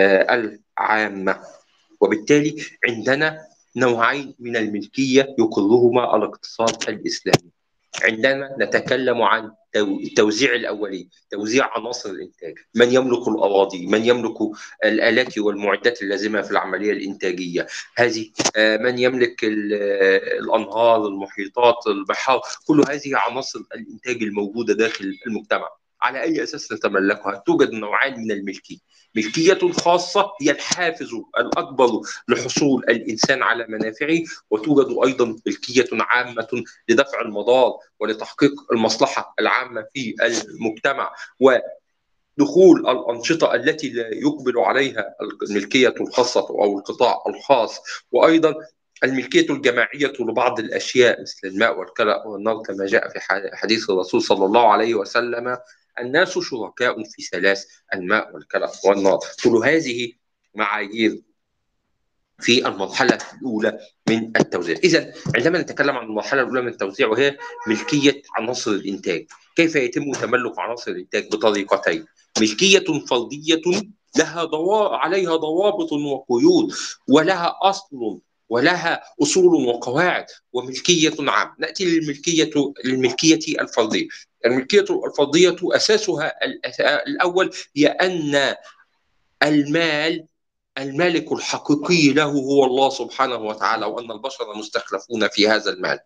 العامة. وبالتالي عندنا نوعين من الملكية يقرهما الاقتصاد الإسلامي. عندما نتكلم عن التوزيع الأولي، توزيع عناصر الإنتاج، من يملك الأراضي، من يملك الآلات والمعدات اللازمة في العملية الإنتاجية هذه، من يملك الأنهار، المحيطات، البحار، كل هذه عناصر الإنتاج الموجودة داخل المجتمع. على أي أساس نتملكها؟ توجد نوعان من الملكية: ملكية خاصة هي الحافز الأكبر لحصول الإنسان على منافعه، وتوجد أيضا ملكية عامة لدفع المضار ولتحقيق المصلحة العامة في المجتمع ودخول الأنشطة التي لا يقبل عليها الملكية الخاصة أو القطاع الخاص. وأيضا الملكية الجماعية لبعض الأشياء مثل الماء والكلأ والنار، كما جاء في حديث الرسول صلى الله عليه وسلم: الناس شركاء في ثلاث: الماء والكلأ والنار. كل هذه معايير في المرحلة الأولى من التوزيع. إذا عندما نتكلم عن المرحلة الأولى من التوزيع وهي ملكية عناصر الإنتاج، كيف يتم تملك عناصر الإنتاج؟ بطريقتين: ملكية فردية لها ضوابط، عليها ضوابط وقيود، ولها أصل ولها أصول وقواعد، وملكية عامة. نأتي للملكية الملكية الفردية. الملكية الفردية أساسها الأول هي أن المال المالك الحقيقي له هو الله سبحانه وتعالى، وأن البشر مستخلفون في هذا المال.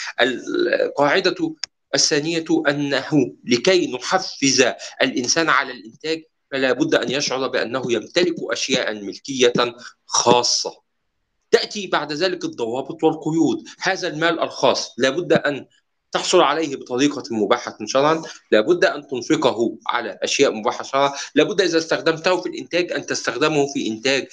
القاعدة الثانية أنه لكي نحفز الإنسان على الإنتاج فلا بد أن يشعر بأنه يمتلك أشياء ملكية خاصة. تأتي بعد ذلك الضوابط والقيود. هذا المال الخاص لا بد أن تحصل عليه بطريقة مباحة شرعا، لابد أن تنفقه على أشياء مباحة شرعا، لابد إذا استخدمته في الإنتاج أن تستخدمه في إنتاج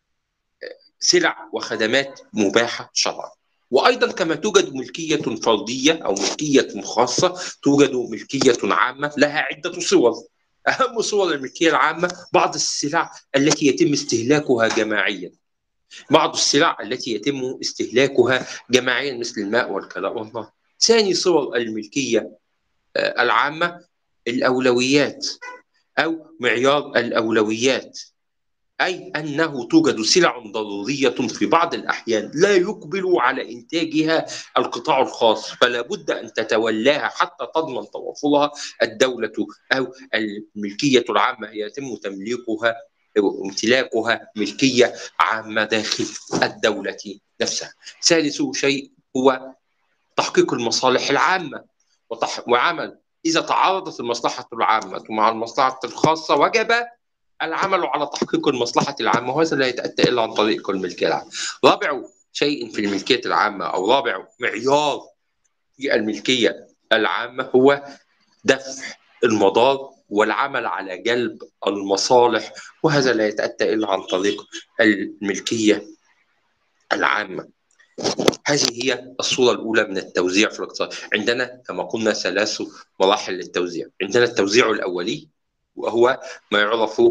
سلع وخدمات مباحة شرعا. وأيضا كما توجد ملكية فردية أو ملكية خاصة، توجد ملكية عامة لها عدة صور. أهم صور الملكية العامة بعض السلع التي يتم استهلاكها جماعيا، بعض السلع التي يتم استهلاكها جماعيا مثل الماء والكلاء والنار. ثاني صور الملكية العامة الأولويات أو معيار الأولويات، أي أنه توجد سلع ضرورية في بعض الأحيان لا يقبل على إنتاجها القطاع الخاص، فلا بد أن تتولاها حتى تضمن توفرها الدولة أو الملكية العامة يتم تمليكها وامتلاكها ملكية عامة داخل الدولة نفسها. ثالث شيء هو تحقيق المصالح العامة وتح... وعمل إذا تعارضت المصلحة العامة مع المصلحة الخاصة وجب العمل على تحقيق المصلحة العامة، وهذا لا يتأتى إلا عن طريق الملكية العامة. رابع شيء في الملكية العامة أو رابع معيار في الملكية العامة هو دفع المضار والعمل على جلب المصالح، وهذا لا يتأتى إلا عن طريق الملكية العامة. هذه هي الصورة الأولى من التوزيع في الاقتصاد. عندنا كما قلنا ثلاث مراحل للتوزيع. عندنا التوزيع الأولي وهو ما يعرف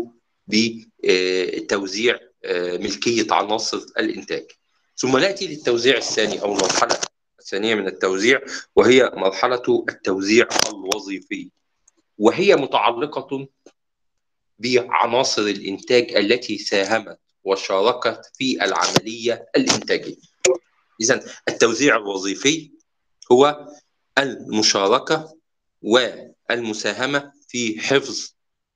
بتوزيع ملكية عناصر الإنتاج، ثم نأتي للتوزيع الثاني أو المرحلة الثانية من التوزيع وهي مرحلة التوزيع الوظيفي، وهي متعلقة بعناصر الإنتاج التي ساهمت وشاركت في العملية الإنتاجية. إذن التوزيع الوظيفي هو المشاركة والمساهمة في حفظ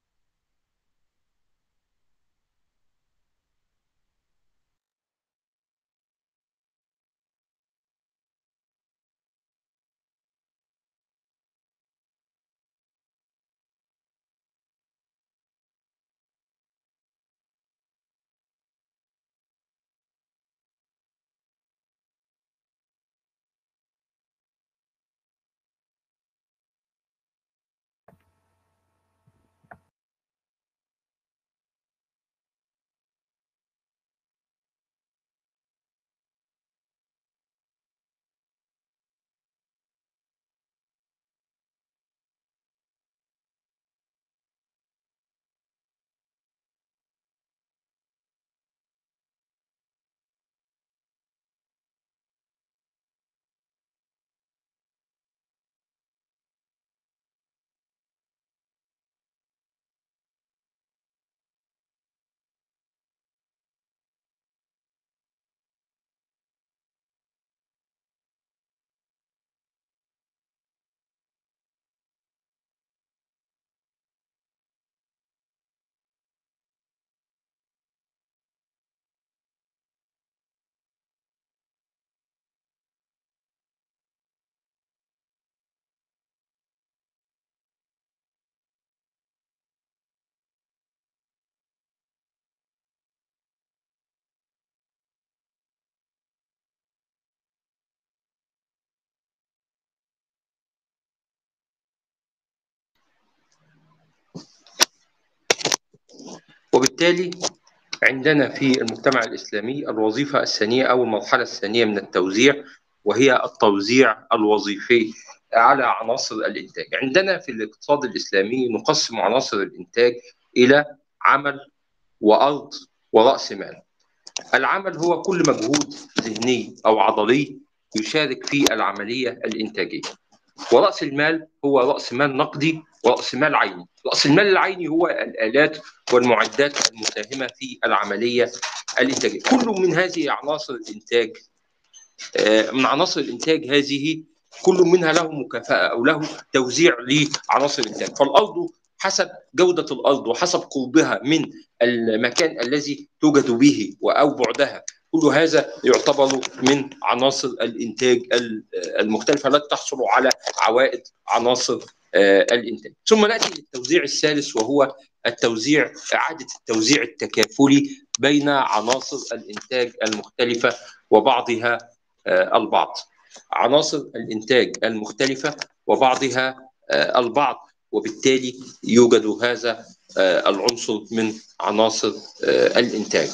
وبالتالي عندنا في المجتمع الإسلامي الوظيفة الثانية أو المرحلة الثانية من التوزيع، وهي التوزيع الوظيفي على عناصر الإنتاج. عندنا في الاقتصاد الإسلامي نقسم عناصر الإنتاج إلى عمل وأرض ورأس مال. العمل هو كل مجهود ذهني أو عضلي يشارك في العملية الإنتاجية، ورأس المال هو رأس مال نقدي ورأس مال عيني. رأس المال العيني هو الآلات والمعدات المساهمة في العملية الإنتاجية. كل من هذه عناصر الإنتاج من عناصر الإنتاج هذه كل منها له مكافأة أو له توزيع لعناصر الإنتاج. فالأرض حسب جودة الأرض وحسب قربها من المكان الذي توجد به أو بعدها، كل هذا يعتبر من عناصر الإنتاج المختلفة التي تحصل على عوائد عناصر الإنتاج. ثم نأتي للتوزيع الثالث، وهو التوزيع إعادة التوزيع التكافلي بين عناصر الإنتاج المختلفة وبعضها البعض. عناصر الإنتاج المختلفة وبعضها البعض، وبالتالي يوجد هذا العنصر من عناصر الإنتاج.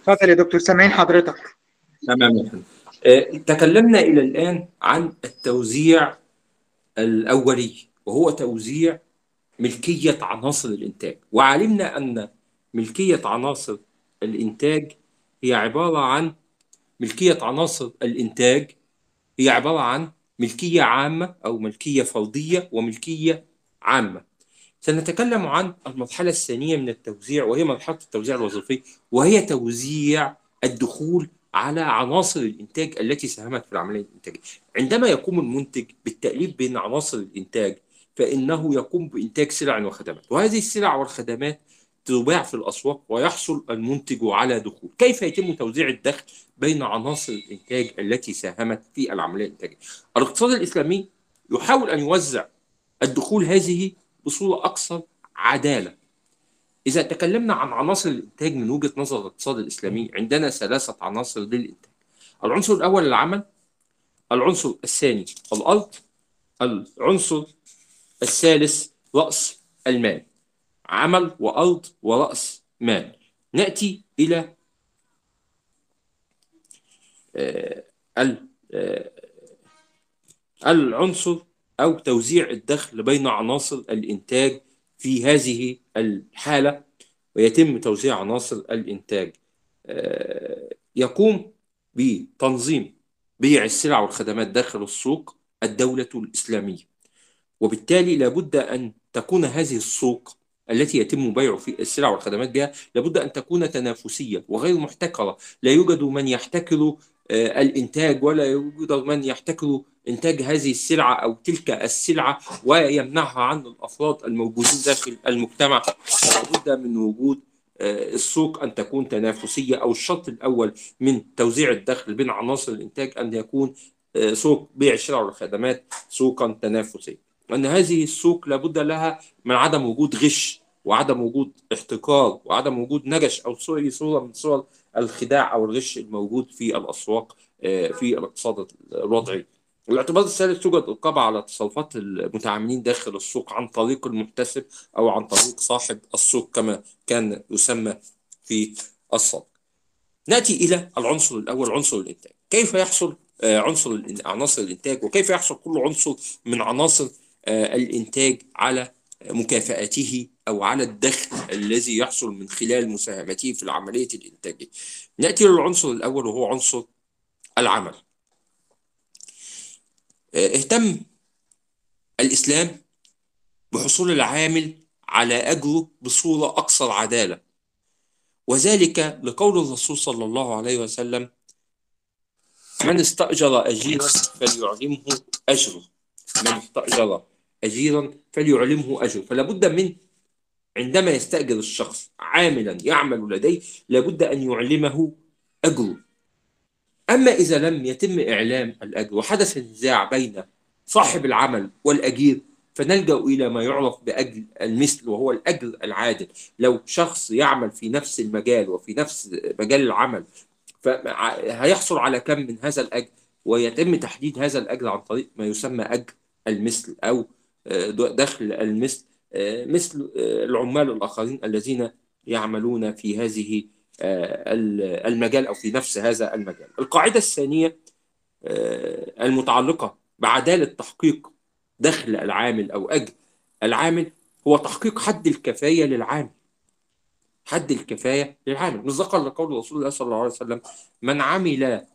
اتفضل يا دكتور، سامعين حضرتك. تمام يا فندم. آه، تكلمنا إلى الآن عن التوزيع الأولي، وهو توزيع ملكية عناصر الإنتاج، وعلمنا أن ملكية عناصر الإنتاج هي عبارة عن ملكية عناصر الإنتاج هي عبارة عن ملكية عامة أو ملكية فردية وملكية عامة. سنتكلم عن المرحلة الثانية من التوزيع، وهي مرحلة التوزيع الوظيفي، وهي توزيع الدخول على عناصر الإنتاج التي ساهمت في العملية الإنتاجية. عندما يقوم المنتج بالتأليف بين عناصر الإنتاج فإنه يقوم بإنتاج سلع وخدمات، وهذه السلع والخدمات تباع في الأسواق ويحصل المنتج على دخول. كيف يتم توزيع الدخل بين عناصر الإنتاج التي ساهمت في العملية الإنتاجية؟ الاقتصاد الإسلامي يحاول أن يوزع الدخول هذه بصورة أكثر عدالة. إذا تكلمنا عن عناصر الإنتاج من وجهة نظر الاقتصاد الإسلامي، عندنا ثلاثة عناصر للإنتاج. العنصر الأول العمل، العنصر الثاني الأرض، العنصر الثالث رأس المال. عمل وأرض ورأس مال. نأتي إلى آه، آه، العنصر أو توزيع الدخل بين عناصر الإنتاج في هذه الحالة. ويتم توزيع عناصر الإنتاج يقوم بتنظيم بيع السلع والخدمات داخل السوق الدولة الإسلامية، وبالتالي لابد أن تكون هذه السوق التي يتم بيع في السلع والخدمات بها لابد أن تكون تنافسية وغير محتكرة. لا يوجد من يحتكر الإنتاج، ولا يوجد من يحتكر إنتاج هذه السلعة أو تلك السلعة ويمنعها عن الأفراد الموجودين داخل المجتمع. لابد من وجود السوق أن تكون تنافسية، أو الشرط الأول من توزيع الدخل بين عناصر الإنتاج أن يكون سوق بيع السلع والخدمات سوقا تنافسيا، وأن هذه السوق لابد لها من عدم وجود غش وعدم وجود احتكار وعدم وجود نجش أو صورة من صور الخداع أو الغش الموجود في الأسواق في الاقتصاد الوضعي. الاعتبار الثالث توجد رقابة على تصرفات المتعاملين داخل السوق عن طريق المحتسب أو عن طريق صاحب السوق كما كان يسمى في السابق. نأتي إلى العنصر الأول، عنصر الإنتاج. كيف يحصل عنصر عناصر الإنتاج، وكيف يحصل كل عنصر من عناصر الإنتاج على مكافآته أو على الدخل الذي يحصل من خلال مساهمته في العملية الإنتاجية. نأتي للعنصر الأول وهو عنصر العمل. اهتم الإسلام بحصول العامل على أجره بصورة أكثر عدالة، وذلك لقول الرسول صلى الله عليه وسلم: من استأجر أجيرا فليعلمه أجره. من استأجر أجيرا فليعلمه أجره. فلا بد من عندما يستأجر الشخص عاملا يعمل لديه لابد أن يعلمه أجره. أما إذا لم يتم إعلام الأجر وحدث نزاع بين صاحب العمل والأجير فنلجأ إلى ما يعرف بأجر المثل، وهو الأجر العادل. لو شخص يعمل في نفس المجال وفي نفس مجال العمل فهيحصل على كم من هذا الأجر، ويتم تحديد هذا الأجر عن طريق ما يسمى أجر المثل أو دخل المثل، مثل العمال الآخرين الذين يعملون في هذه المجال أو في نفس هذا المجال. القاعدة الثانية المتعلقة بعدالة تحقيق دخل العامل أو أجر العامل هو تحقيق حد الكفاية للعامل. حد الكفاية للعامل مصداقا لقول رسول الله صلى الله عليه وسلم: من عمل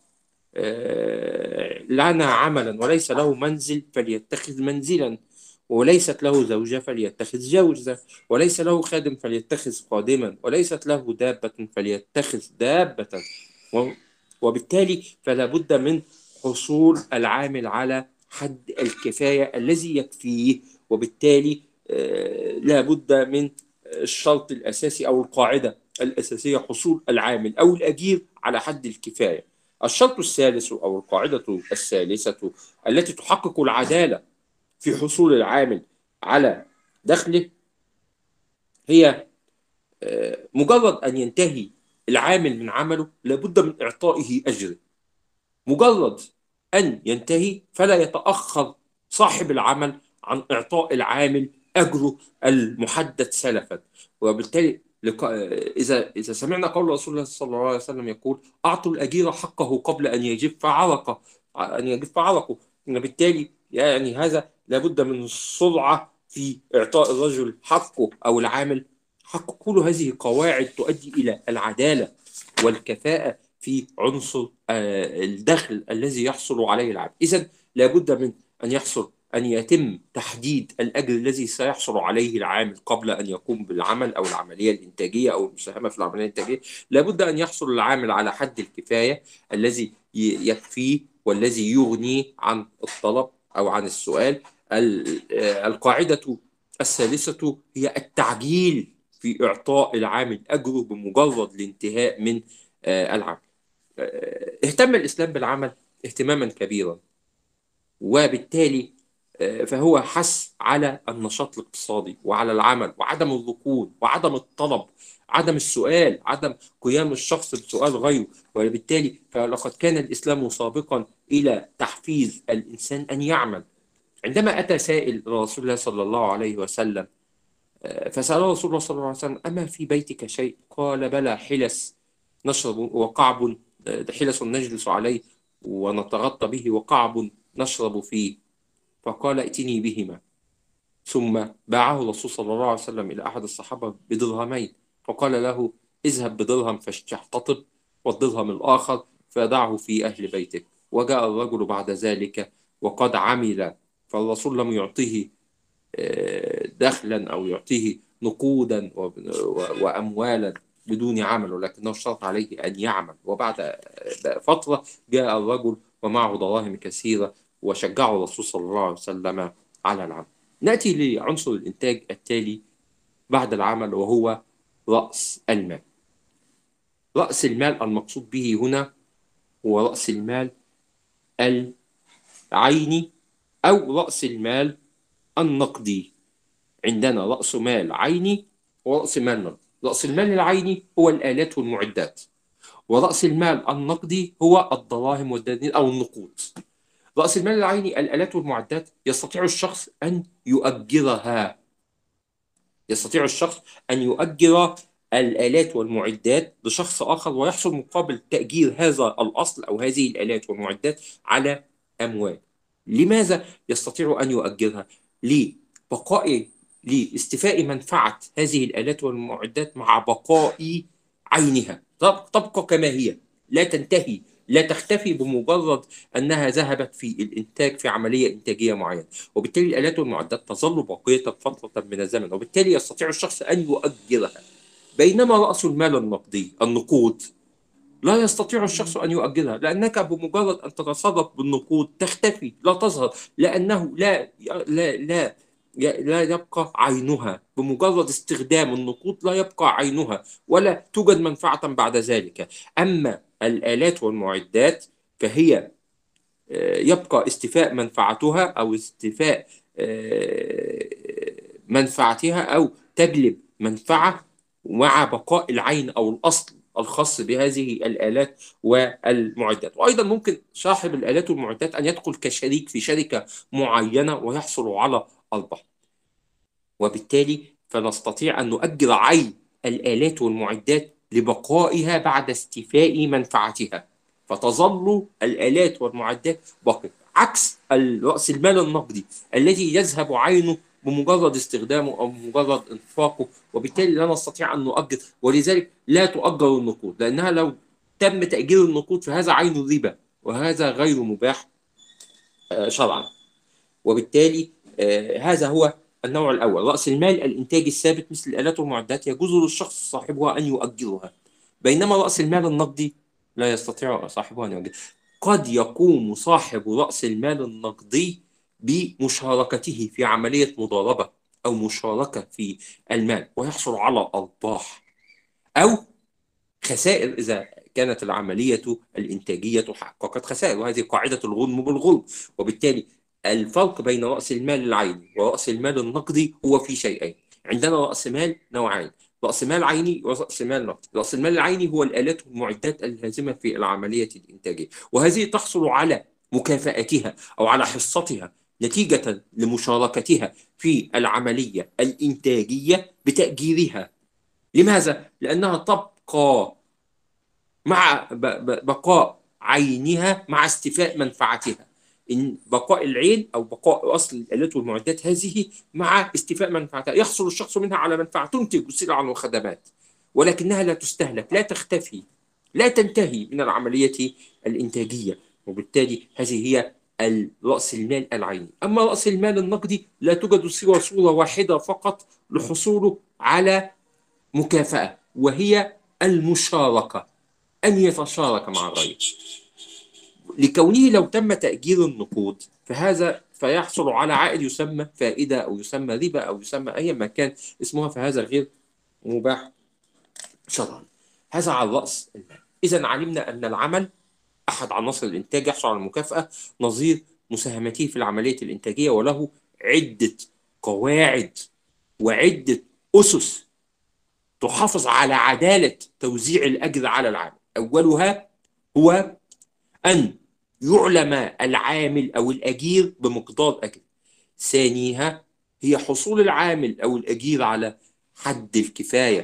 لنا عملا وليس له منزل فليتخذ منزلا، وليست له زوجة فليتخذ زوجة، وليس له خادم فليتخذ خادما، وليست له دابة فليتخذ دابة. وبالتالي فلا بد من حصول العامل على حد الكفاية الذي يكفيه، وبالتالي لا بد من الشرط الأساسي أو القاعدة الأساسية حصول العامل أو الأجير على حد الكفاية. الشرط الثالث أو القاعدة الثالثة التي تحقق العدالة في حصول العامل على دخله هي مجرد أن ينتهي العامل من عمله لابد من إعطائه أجره. مجرد أن ينتهي فلا يتأخر صاحب العمل عن إعطاء العامل أجره المحدد سلفا. وبالتالي لق... إذا إذا سمعنا قول رسول الله صلى الله عليه وسلم يقول: أعطوا الأجير حقه قبل أن يجف عرقه أن يجف عرقه. بالتالي يعني هذا لابد من السرعة في إعطاء الرجل حقه أو العامل حقه. كل هذه قواعد تؤدي إلى العدالة والكفاءة في عنصر آه، الدخل الذي يحصل عليه العامل. إذن لابد من أن يحصل أن يتم تحديد الأجر الذي سيحصل عليه العامل قبل أن يقوم بالعمل أو العملية الإنتاجية أو المساهمة في العملية الإنتاجية. لابد أن يحصل العامل على حد الكفاية الذي يكفيه والذي يغني عن الطلب أو عن السؤال. القاعدة الثالثة هي التعجيل في إعطاء العامل أجره بمجرد الانتهاء من العمل. اهتم الإسلام بالعمل اهتماما كبيرا، وبالتالي فهو حث على النشاط الاقتصادي وعلى العمل وعدم الركود وعدم الطلب، عدم السؤال، عدم قيام الشخص بسؤال غيره. وبالتالي فلقد كان الإسلام سابقا إلى تحفيز الإنسان أن يعمل. عندما أتى سائل رسول الله صلى الله عليه وسلم فسأل رسول الله صلى الله عليه وسلم: أما في بيتك شيء؟ قال: بلى، حلس نشرب وقعب، حلس نجلس عليه ونتغطى به، وقعب نشرب فيه. فقال: ائتني بهما. ثم باعه الرسول صلى الله عليه وسلم إلى أحد الصحابة بدرهمين، فقال له: اذهب بدرهم فاحتطب، والدرهم الآخر فدعه في أهل بيتك. وجاء الرجل بعد ذلك وقد عمل، فالرسول لم يعطيه دخلا أو يعطيه نقودا وأموالا بدون عمل، ولكنه اشترط عليه أن يعمل. وبعد فترة جاء الرجل ومعه دراهم كثيرة وشجعه الرسول صلى الله عليه وسلم على العمل. نأتي لعنصر الإنتاج التالي بعد العمل، وهو رأس المال. رأس المال المقصود به هنا هو رأس المال العيني أو رأس المال النقدي. عندنا رأس مال عيني ورأس مال نقدي. رأس المال العيني هو الآلات والمعدات، ورأس المال النقدي هو الدراهم والدنانير أو النقود. رأس المال العيني الآلات والمعدات يستطيع الشخص أن يؤجرها، يستطيع الشخص أن يؤجر الآلات والمعدات لشخص آخر ويحصل مقابل تأجير هذا الأصل أو هذه الآلات والمعدات على أموال. لماذا يستطيع أن يؤجرها؟ لبقاء لاستيفاء منفعة هذه الآلات والمعدات مع بقاء عينها، تبقى كما هي، لا تنتهي، لا تختفي بمجرد أنها ذهبت في الإنتاج في عملية إنتاجية معينة. وبالتالي الآلات والمعدات تظل باقية فترة من الزمن، وبالتالي يستطيع الشخص أن يؤجرها. بينما رأس المال النقدي النقود لا يستطيع الشخص أن يؤجرها، لأنك بمجرد أن تتصرف بالنقود تختفي، لا تظهر، لأنه لا لا لا لا يبقى عينها. بمجرد استخدام النقود لا يبقى عينها ولا توجد منفعة بعد ذلك. أما الآلات والمعدات فهي يبقى استيفاء منفعتها أو استيفاء منفعتها أو تجلب منفعة مع بقاء العين أو الأصل الخاص بهذه الآلات والمعدات. وأيضا ممكن صاحب الآلات والمعدات أن يدخل كشريك في شركة معينة ويحصل على أرباح، وبالتالي فنستطيع أن نؤجر عين الآلات والمعدات لبقائها بعد استيفاء منفعتها، فتظل الآلات والمعدات باقية، عكس رأس المال النقدي الذي يذهب عينه بمجرد استخدامه أو بمجرد إنفاقه، وبالتالي لا نستطيع أن نؤجر. ولذلك لا تؤجر النقود، لأنها لو تم تأجير النقود فهذا عين الربا، وهذا غير مباح شرعا. وبالتالي هذا هو النوع الأول، رأس المال الإنتاج الثابت مثل الآلات والمعدات يجوز للشخص صاحبها أن يؤجرها. بينما رأس المال النقدي لا يستطيع صاحبه أن يؤجر. قد يقوم صاحب رأس المال النقدي بمشاركته في عملية مضاربة أو مشاركة في المال ويحصل على أرباح أو خسائر إذا كانت العملية الإنتاجية حققت خسائر، وهذه قاعدة الغنم بالغنم. وبالتالي الفرق بين رأس المال العيني ورأس المال النقدي هو في شيئين. عندنا رأس مال نوعين، رأس مال عيني ورأس مال نقدي. رأس المال العيني هو الآلات والمعدات اللازمة في العملية الإنتاجية، وهذه تحصل على مكافأتها أو على حصتها نتيجة لمشاركتها في العملية الإنتاجية بتأجيرها لماذا؟ لأنها تبقى مع بقاء عينها مع استيفاء منفعتها. إن بقاء العين أو بقاء أصل الآلات والمعدات هذه مع استيفاء منفعتها، يحصل الشخص منها على منفعة، تنتج سلعا وخدمات، ولكنها لا تستهلك، لا تختفي، لا تنتهي من العملية الإنتاجية، وبالتالي هذه هي رأس المال العيني. أما رأس المال النقدي لا توجد سوى صورة واحدة فقط لحصوله على مكافأة، وهي المشاركة، أن يتشارك مع الغير. لكونه لو تم تأجير النقود فهذا فيحصل على عائد يسمى فائدة أو يسمى ربا أو يسمى أي ما كان اسمها، فهذا غير مباح شرعا. هذا على رأس المال. إذا علمنا أن العمل أحد عناصر الإنتاج يحصل على المكافأة نظير مساهمته في العملية الإنتاجية، وله عدة قواعد وعدة أسس تحافظ على عدالة توزيع الأجر على العامل. أولها هو أن يعلم العامل أو الأجير بمقدار أجر. ثانيها هي حصول العامل أو الأجير على حد الكفاية.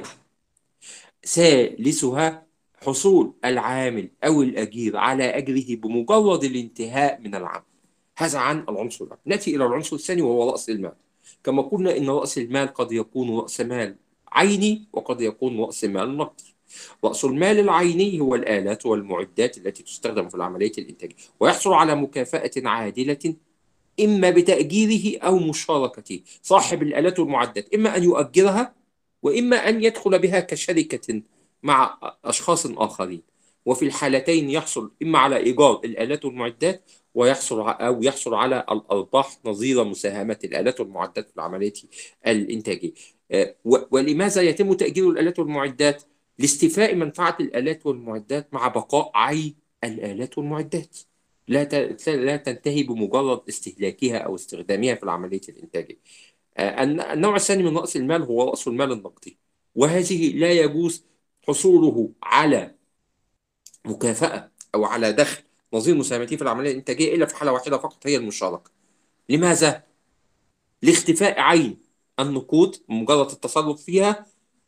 ثالثها حصول العامل أو الأجير على أجره بمجرد الانتهاء من العمل. هذا عن العنصر الأول. نأتي إلى العنصر الثاني وهو رأس المال. كما قلنا إن رأس المال قد يكون رأس مال عيني وقد يكون رأس مال نقدي. رأس المال العيني هو الآلات والمعدات التي تستخدم في العملية الإنتاجية، ويحصل على مكافأة عادلة إما بتأجيره أو مشاركته. صاحب الآلات والمعدات إما أن يؤجرها وإما أن يدخل بها كشركة مع أشخاص آخرين، وفي الحالتين يحصل إما على إيجار الآلات والمعدات ويحصل أو يحصل على الأرباح نظير مساهمة الآلات والمعدات في العملية الإنتاجية. ولماذا يتم تأجير الآلات والمعدات؟ لاستيفاء منفعة الآلات والمعدات مع بقاء عين الآلات والمعدات، لا لا تنتهي بمجرد استهلاكها أو استخدامها في العملية الإنتاجية. النوع الثاني من رأس المال هو رأس المال النقدي، وهذه لا يجوز حصوله على مكافأة أو على دخل نظير مساهمته في العملية الإنتاجية إلا في حالة واحدة فقط، هي المشاركة. لماذا؟ لاختفاء عين النقود مجرد التصرف فيها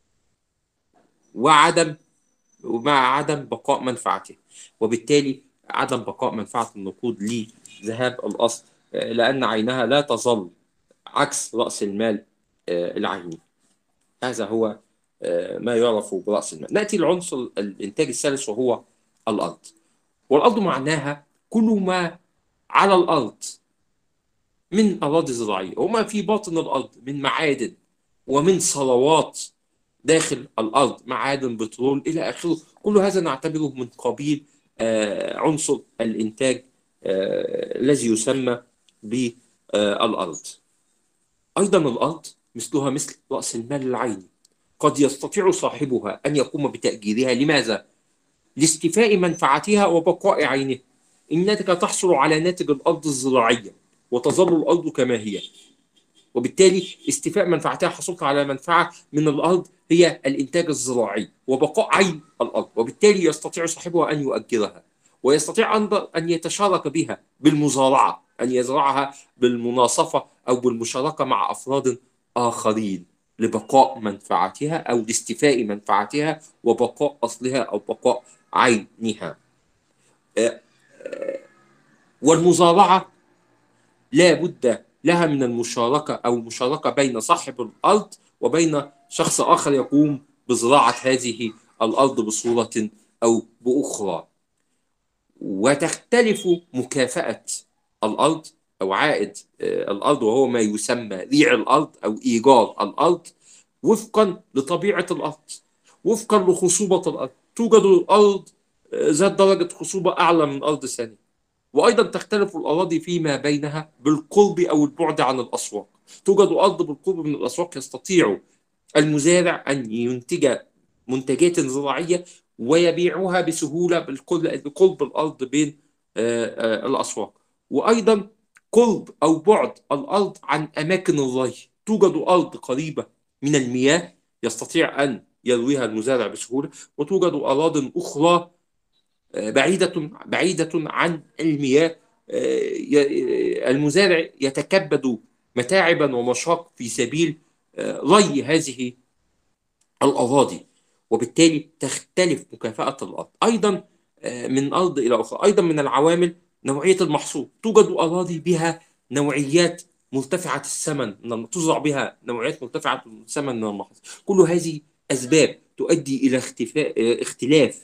وعدم ومع عدم بقاء منفعته، وبالتالي عدم بقاء منفعة النقود لذهاب الأصل، لأن عينها لا تظل عكس رأس المال العيني. هذا هو ما يعرف برأس المال. نأتي لعنصر الإنتاج الثالث وهو الأرض. والأرض معناها كل ما على الأرض من أراضي زراعية وما في باطن الأرض من معادن ومن ثروات داخل الأرض، معادن بترول إلى آخره. كل هذا نعتبره من قبيل عنصر الإنتاج الذي يسمى بالأرض. أيضا الأرض مثلها مثل رأس المال العيني، قد يستطيع صاحبها أن يقوم بتأجيرها. لماذا؟ لاستيفاء منفعتها وبقاء عينها. إنك تحصل على ناتج الأرض الزراعية وتظل الأرض كما هي، وبالتالي استيفاء منفعتها، حصلت على منفعة من الأرض هي الإنتاج الزراعي وبقاء عين الأرض، وبالتالي يستطيع صاحبها أن يؤجرها، ويستطيع أن يتشارك بها بالمزارعة، أن يزرعها بالمناصفة أو بالمشاركة مع أفراد آخرين لبقاء منفعتها أو لاستيفاء منفعتها وبقاء أصلها أو بقاء عينها. والمزارعة لا بد لها من المشاركة أو المشاركة بين صاحب الأرض وبين شخص آخر يقوم بزراعة هذه الأرض بصورة أو بأخرى. وتختلف مكافأة الأرض أو عائد الأرض وهو ما يسمى ريع الأرض أو إيجار الأرض وفقا لطبيعة الأرض، وفقا لخصوبة الأرض. توجد الأرض ذات درجة خصوبة أعلى من أرض ثانية، وأيضا تختلف الأراضي فيما بينها بالقرب أو البعد عن الأسواق. توجد أرض بالقرب من الأسواق يستطيع المزارع أن ينتج منتجات زراعية ويبيعها بسهولة بقرب الأرض بين الأسواق، وأيضا قرب أو بعد الأرض عن أماكن الري. توجد أرض قريبة من المياه يستطيع أن يرويها المزارع بسهولة، وتوجد أراضٍ أخرى بعيدة بعيدة عن المياه المزارع يتكبد متاعبا ومشاق في سبيل ري هذه الأراضي، وبالتالي تختلف مكافأة الأرض أيضا من أرض إلى أخرى. أيضا من العوامل نوعية المحصول، توجد أراضي بها نوعيات مرتفعة الثمن، تزرع بها نوعيات مرتفعة الثمن من المحاصيل. كل هذه أسباب تؤدي إلى اختفاء اختلاف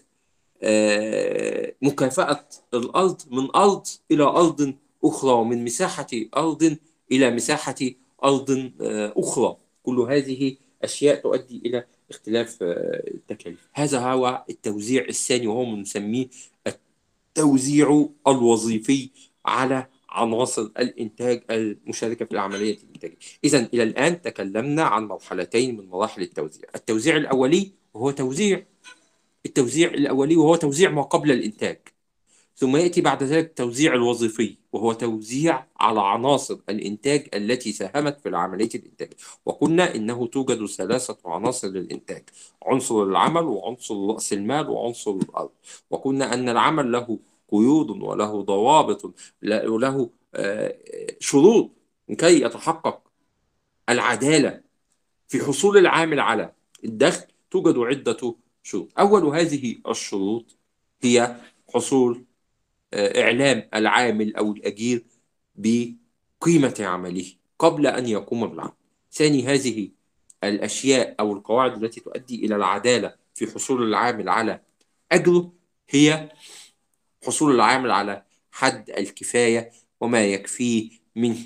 مكافأة الأرض من أرض إلى أرض أخرى، ومن مساحة أرض إلى مساحة أرض أخرى. كل هذه أشياء تؤدي إلى اختلاف التكاليف. هذا هو التوزيع الثاني، وهو نسميه التوزيع الوظيفي على عناصر الإنتاج المشاركة في العملية الإنتاجية. إذن إلى الآن تكلمنا عن مرحلتين من مراحل التوزيع: التوزيع الأولي وهو توزيع التوزيع الأولي وهو توزيع ما قبل الإنتاج، ثم يأتي بعد ذلك التوزيع الوظيفي وهو توزيع على عناصر الإنتاج التي ساهمت في العملية الإنتاج. وقلنا إنه توجد ثلاثة عناصر للإنتاج: عنصر العمل، وعنصر رأس المال، وعنصر الأرض. وقلنا أن العمل له قيود وله ضوابط وله شروط لكي يتحقق العدالة في حصول العامل على الدخل. توجد عدة شروط. أول هذه الشروط هي حصول إعلام العامل أو الأجير بقيمة عمله قبل أن يقوم بالعمل. ثاني هذه الأشياء أو القواعد التي تؤدي إلى العدالة في حصول العامل على أجره هي حصول العامل على حد الكفاية وما يكفيه من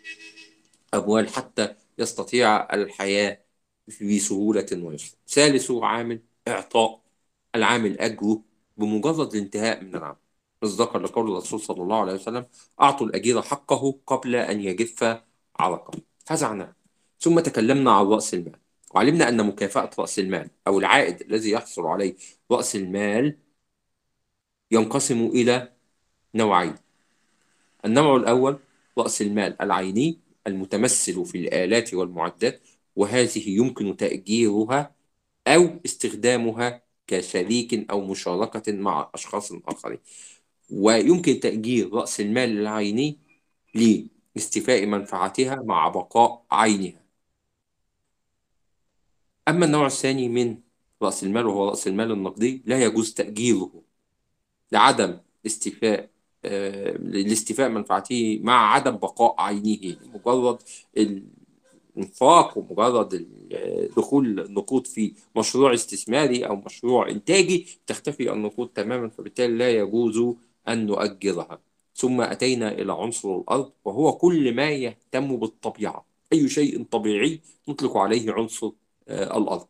أموال حتى يستطيع الحياة بسهولة ويسر. ثالث عامل إعطاء العامل أجره بمجرد الانتهاء من العمل، مصداقا لقول الرسول صلى الله عليه وسلم: أعطوا الأجير حقه قبل أن يجف عرقه. هذا عنه. ثم تكلمنا عن رأس المال، وعلمنا أن مكافأة رأس المال أو العائد الذي يحصل عليه رأس المال ينقسم إلى نوعين: النوع الأول رأس المال العيني المتمثل في الآلات والمعدات، وهذه يمكن تأجيرها أو استخدامها كشريك أو مشاركة مع أشخاص آخرين. ويمكن تأجير رأس المال العيني لاستيفاء منفعتها مع بقاء عينها. أما النوع الثاني من رأس المال وهو رأس المال النقدي لا يجوز تأجيره لعدم استيفاء آه لاستيفاء منفعته مع عدم بقاء عينه. مجرد الانفاق ومجرد دخول النقود في مشروع استثماري أو مشروع إنتاجي تختفي النقود تماما، فبالتالي لا يجوز أن نؤجرها. ثم أتينا إلى عنصر الأرض وهو كل ما يهتم بالطبيعة، أي شيء طبيعي نطلق عليه عنصر آه الأرض.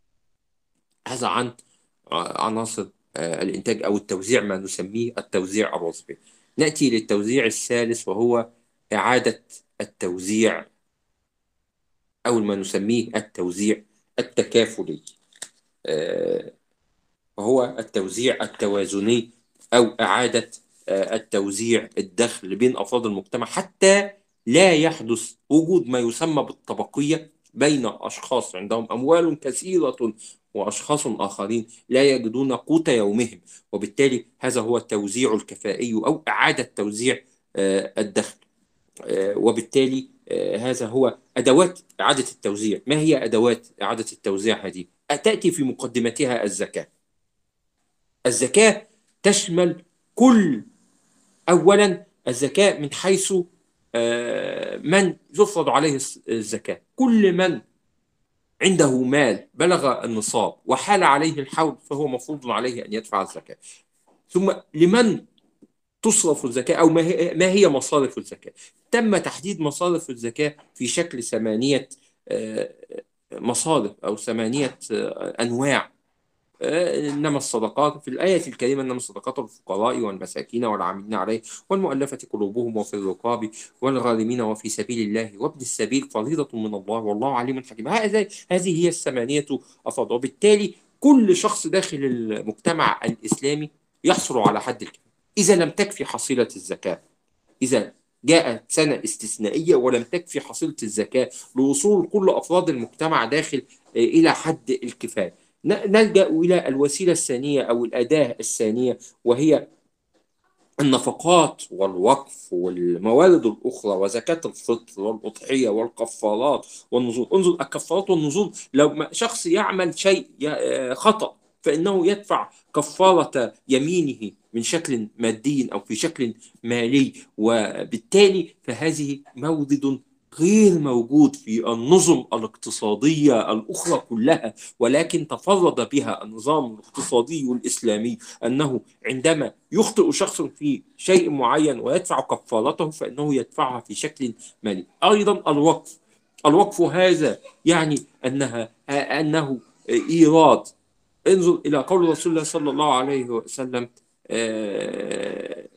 هذا عن عناصر آه الإنتاج أو التوزيع، ما نسميه التوزيع الوظيفي. نأتي للتوزيع الثالث وهو إعادة التوزيع أو ما نسميه التوزيع التكافلي، آه وهو التوزيع التوازني أو إعادة آه التوزيع الدخل بين أفراد المجتمع حتى لا يحدث وجود ما يسمى بالطبقية بين أشخاص عندهم أموال كثيرة وأشخاص آخرين لا يجدون قوت يومهم. وبالتالي هذا هو التوزيع الكفائي أو إعادة توزيع آه الدخل. آه وبالتالي آه هذا هو أدوات إعادة التوزيع. ما هي أدوات إعادة التوزيع هذه؟ تأتي في مقدمتها الزكاة. الزكاة تشمل كل أولا الزكاة من حيث من يفرض عليه الزكاة. كل من عنده مال بلغ النصاب وحال عليه الحول فهو مفروض عليه أن يدفع الزكاة. ثم لمن تصرف الزكاة أو ما هي مصارف الزكاة؟ تم تحديد مصارف الزكاة في شكل ثمانية مصارف أو ثمانية أنواع. إنما الصدقات في الآية الكريمة: إنما الصدقات للفقراء والمساكين والعاملين عليه والمؤلفة قلوبهم وفي الرقاب والغارمين وفي سبيل الله وابن السبيل فريضة من الله والله عليم حكيم. هذه هذه هي الثمانية أفراد. وبالتالي كل شخص داخل المجتمع الإسلامي يحصل على حد الكفاية. إذا لم تكفي حصيلة الزكاة، إذا جاءت سنة استثنائية ولم تكفي حصيلة الزكاة لوصول كل أفراد المجتمع داخل إلى حد الكفاية، نلجأ إلى الوسيلة الثانية أو الأداة الثانية، وهي النفقات والوقف والموارد الأخرى وزكاة الفطر والأضحية والكفارات والنذور. انظر الكفارات والنذور، لو ما- شخص يعمل شيء ي- آه، خطأ فإنه يدفع كفارة يمينه من شكل مادي أو في شكل مالي، وبالتالي فهذه مورد غير موجود في النظم الاقتصادية الأخرى كلها، ولكن تفرد بها النظام الاقتصادي الإسلامي، أنه عندما يخطئ شخص في شيء معين ويدفع كفارته فإنه يدفعها في شكل مالي. أيضا الوقف، الوقف هذا يعني أنها أنه إيراد. انظر إلى قول رسول الله صلى الله عليه وسلم، آه،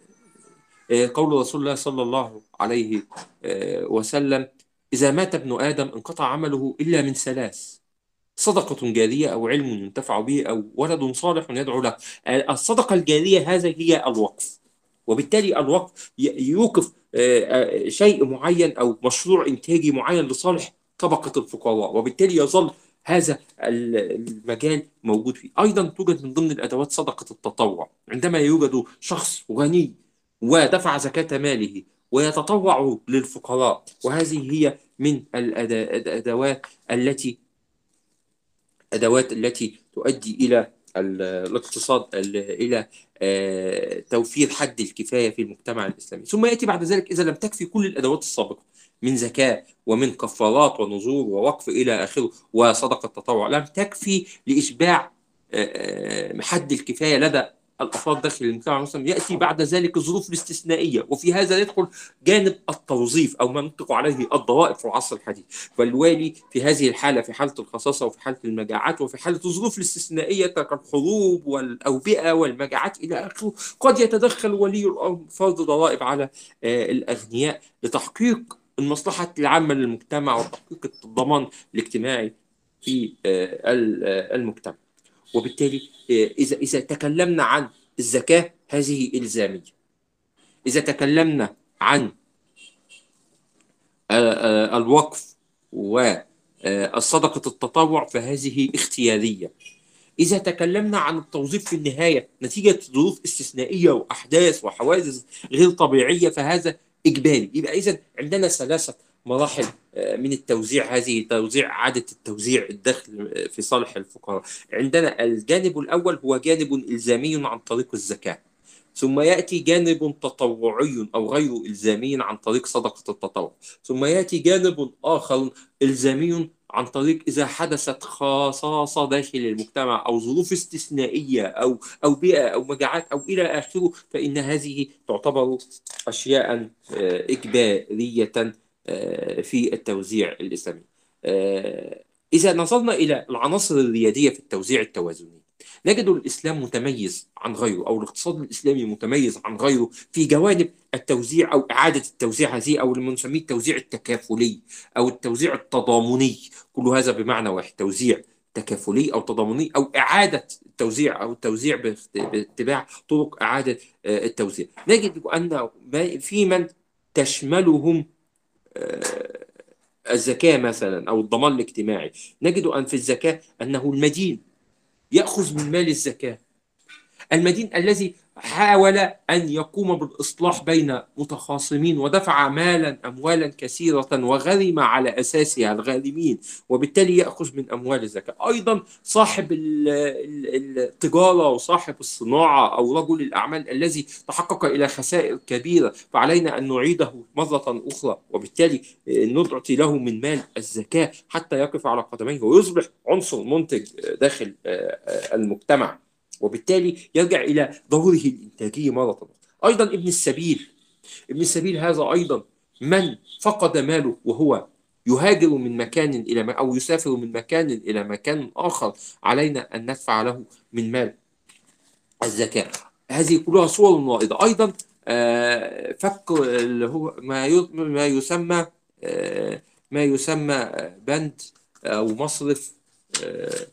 آه، قول رسول الله صلى الله عليه آه، وسلم: إذا مات ابن آدم انقطع عمله إلا من ثلاث: صدقة جارية، أو علم ينتفع به، أو ولد صالح يدعو له. الصدقة الجارية هذا هي الوقف، وبالتالي الوقف ي- يوقف آه، آه، شيء معين أو مشروع إنتاجي معين لصالح طبقة الفقراء، وبالتالي يظل هذا ال- المجال موجود فيه. أيضا توجد من ضمن الأدوات صدقة التطوع، عندما يوجد شخص غني ودفع زكاة ماله ويتطوع للفقراء، وهذه هي من الأدا- الأدوات التي أدوات التي تؤدي إلى ال- الاقتصاد ال- إلى آه، توفير حد الكفاية في المجتمع الإسلامي. ثم يأتي بعد ذلك، إذا لم تكفي كل الأدوات السابقة من زكاة ومن كفارات ونذور ووقف إلى آخره وصدقة تطوع، لم تكفي لإشباع آه، آه، حد الكفاية لدى الأفراد داخل المجتمع المسلم، يأتي بعد ذلك الظروف الاستثنائية، وفي هذا يدخل جانب التوظيف أو ما نطلق عليه الضرائب في العصر الحديث. فالوالي في هذه الحالة، في حالة الخصاصة وفي حالة المجاعات وفي حالة الظروف الاستثنائية كالحروب والأوبئة والمجاعات إلى آخره، قد يتدخل ولي الأمر فرض ضرائب على آه، الأغنياء لتحقيق المصلحة العامة للمجتمع وتحقيق الضمان الاجتماعي في آه، ال- آه، المجتمع. وبالتالي آه، إذا إذا تكلمنا عن الزكاة هذه إلزامية. إذا تكلمنا عن آه، آه، الوقف والصدقة التطوع فهذه اختيارية. إذا تكلمنا عن التوظيف في النهاية نتيجة ظروف استثنائية وأحداث وحوادث غير طبيعية فهذا إجباري. يبقى إذا عندنا ثلاثة مراحل آه، من التوزيع. هذه توزيع إعادة التوزيع الدخل آه، في صالح الفقراء. عندنا الجانب الأول هو جانب إلزامي عن طريق الزكاة، ثم يأتي جانب تطوعي أو غير إلزامي عن طريق صدقة التطوع، ثم يأتي جانب آخر إلزامي عن طريق إذا حدثت خصاصة داخل المجتمع أو ظروف استثنائية أو أو بيئة أو مجاعات أو إلى آخره، فإن هذه تعتبر أشياء آه، إجبارية آه، في التوزيع الإسلامي. آه، إذا نظرنا إلى العناصر الريادية في التوزيع التوازني نجد الإسلام متميز عن غيره، أو الاقتصاد الإسلامي متميز عن غيره في جوانب التوزيع أو إعادة التوزيع هذه، أو اللي بنسميه التوزيع التكافلي أو التوزيع التضامني. كل هذا بمعنى واحد: توزيع تكافلي أو تضامني، أو إعادة التوزيع أو التوزيع باخت- باتباع طرق إعادة آه، التوزيع. نجد أن ما- في من تشملهم آه، الزكاة مثلا أو الضمان الاجتماعي. نجد أن في الزكاة أنه المدين يأخذ من مال الزكاة، المدين الذي حاول أن يقوم بالإصلاح بين متخاصمين ودفع مالا أموالا كثيرة وغرم على أساسها الغارمين، وبالتالي يأخذ من أموال الزكاة. أيضا صاحب ال- ال- التجارة وصاحب الصناعة أو رجل الأعمال الذي تحقق إلى خسائر كبيرة، فعلينا أن نعيده مرة أخرى، وبالتالي نعطي له من مال الزكاة حتى يقف على قدميه ويصبح عنصر منتج داخل المجتمع، وبالتالي يرجع إلى دوره الإنتاجي مرة أخرى. أيضا ابن السبيل، ابن السبيل هذا أيضا من فقد ماله وهو يهاجر من مكان إلى مكان أو يسافر من مكان إلى مكان آخر، علينا أن ندفع له من مال الزكاة. هذه كلها صور رائدة. أيضا آه، فك اللي هو ما ي- ما يسمى آه، ما يسمى بند أو مصرف آه،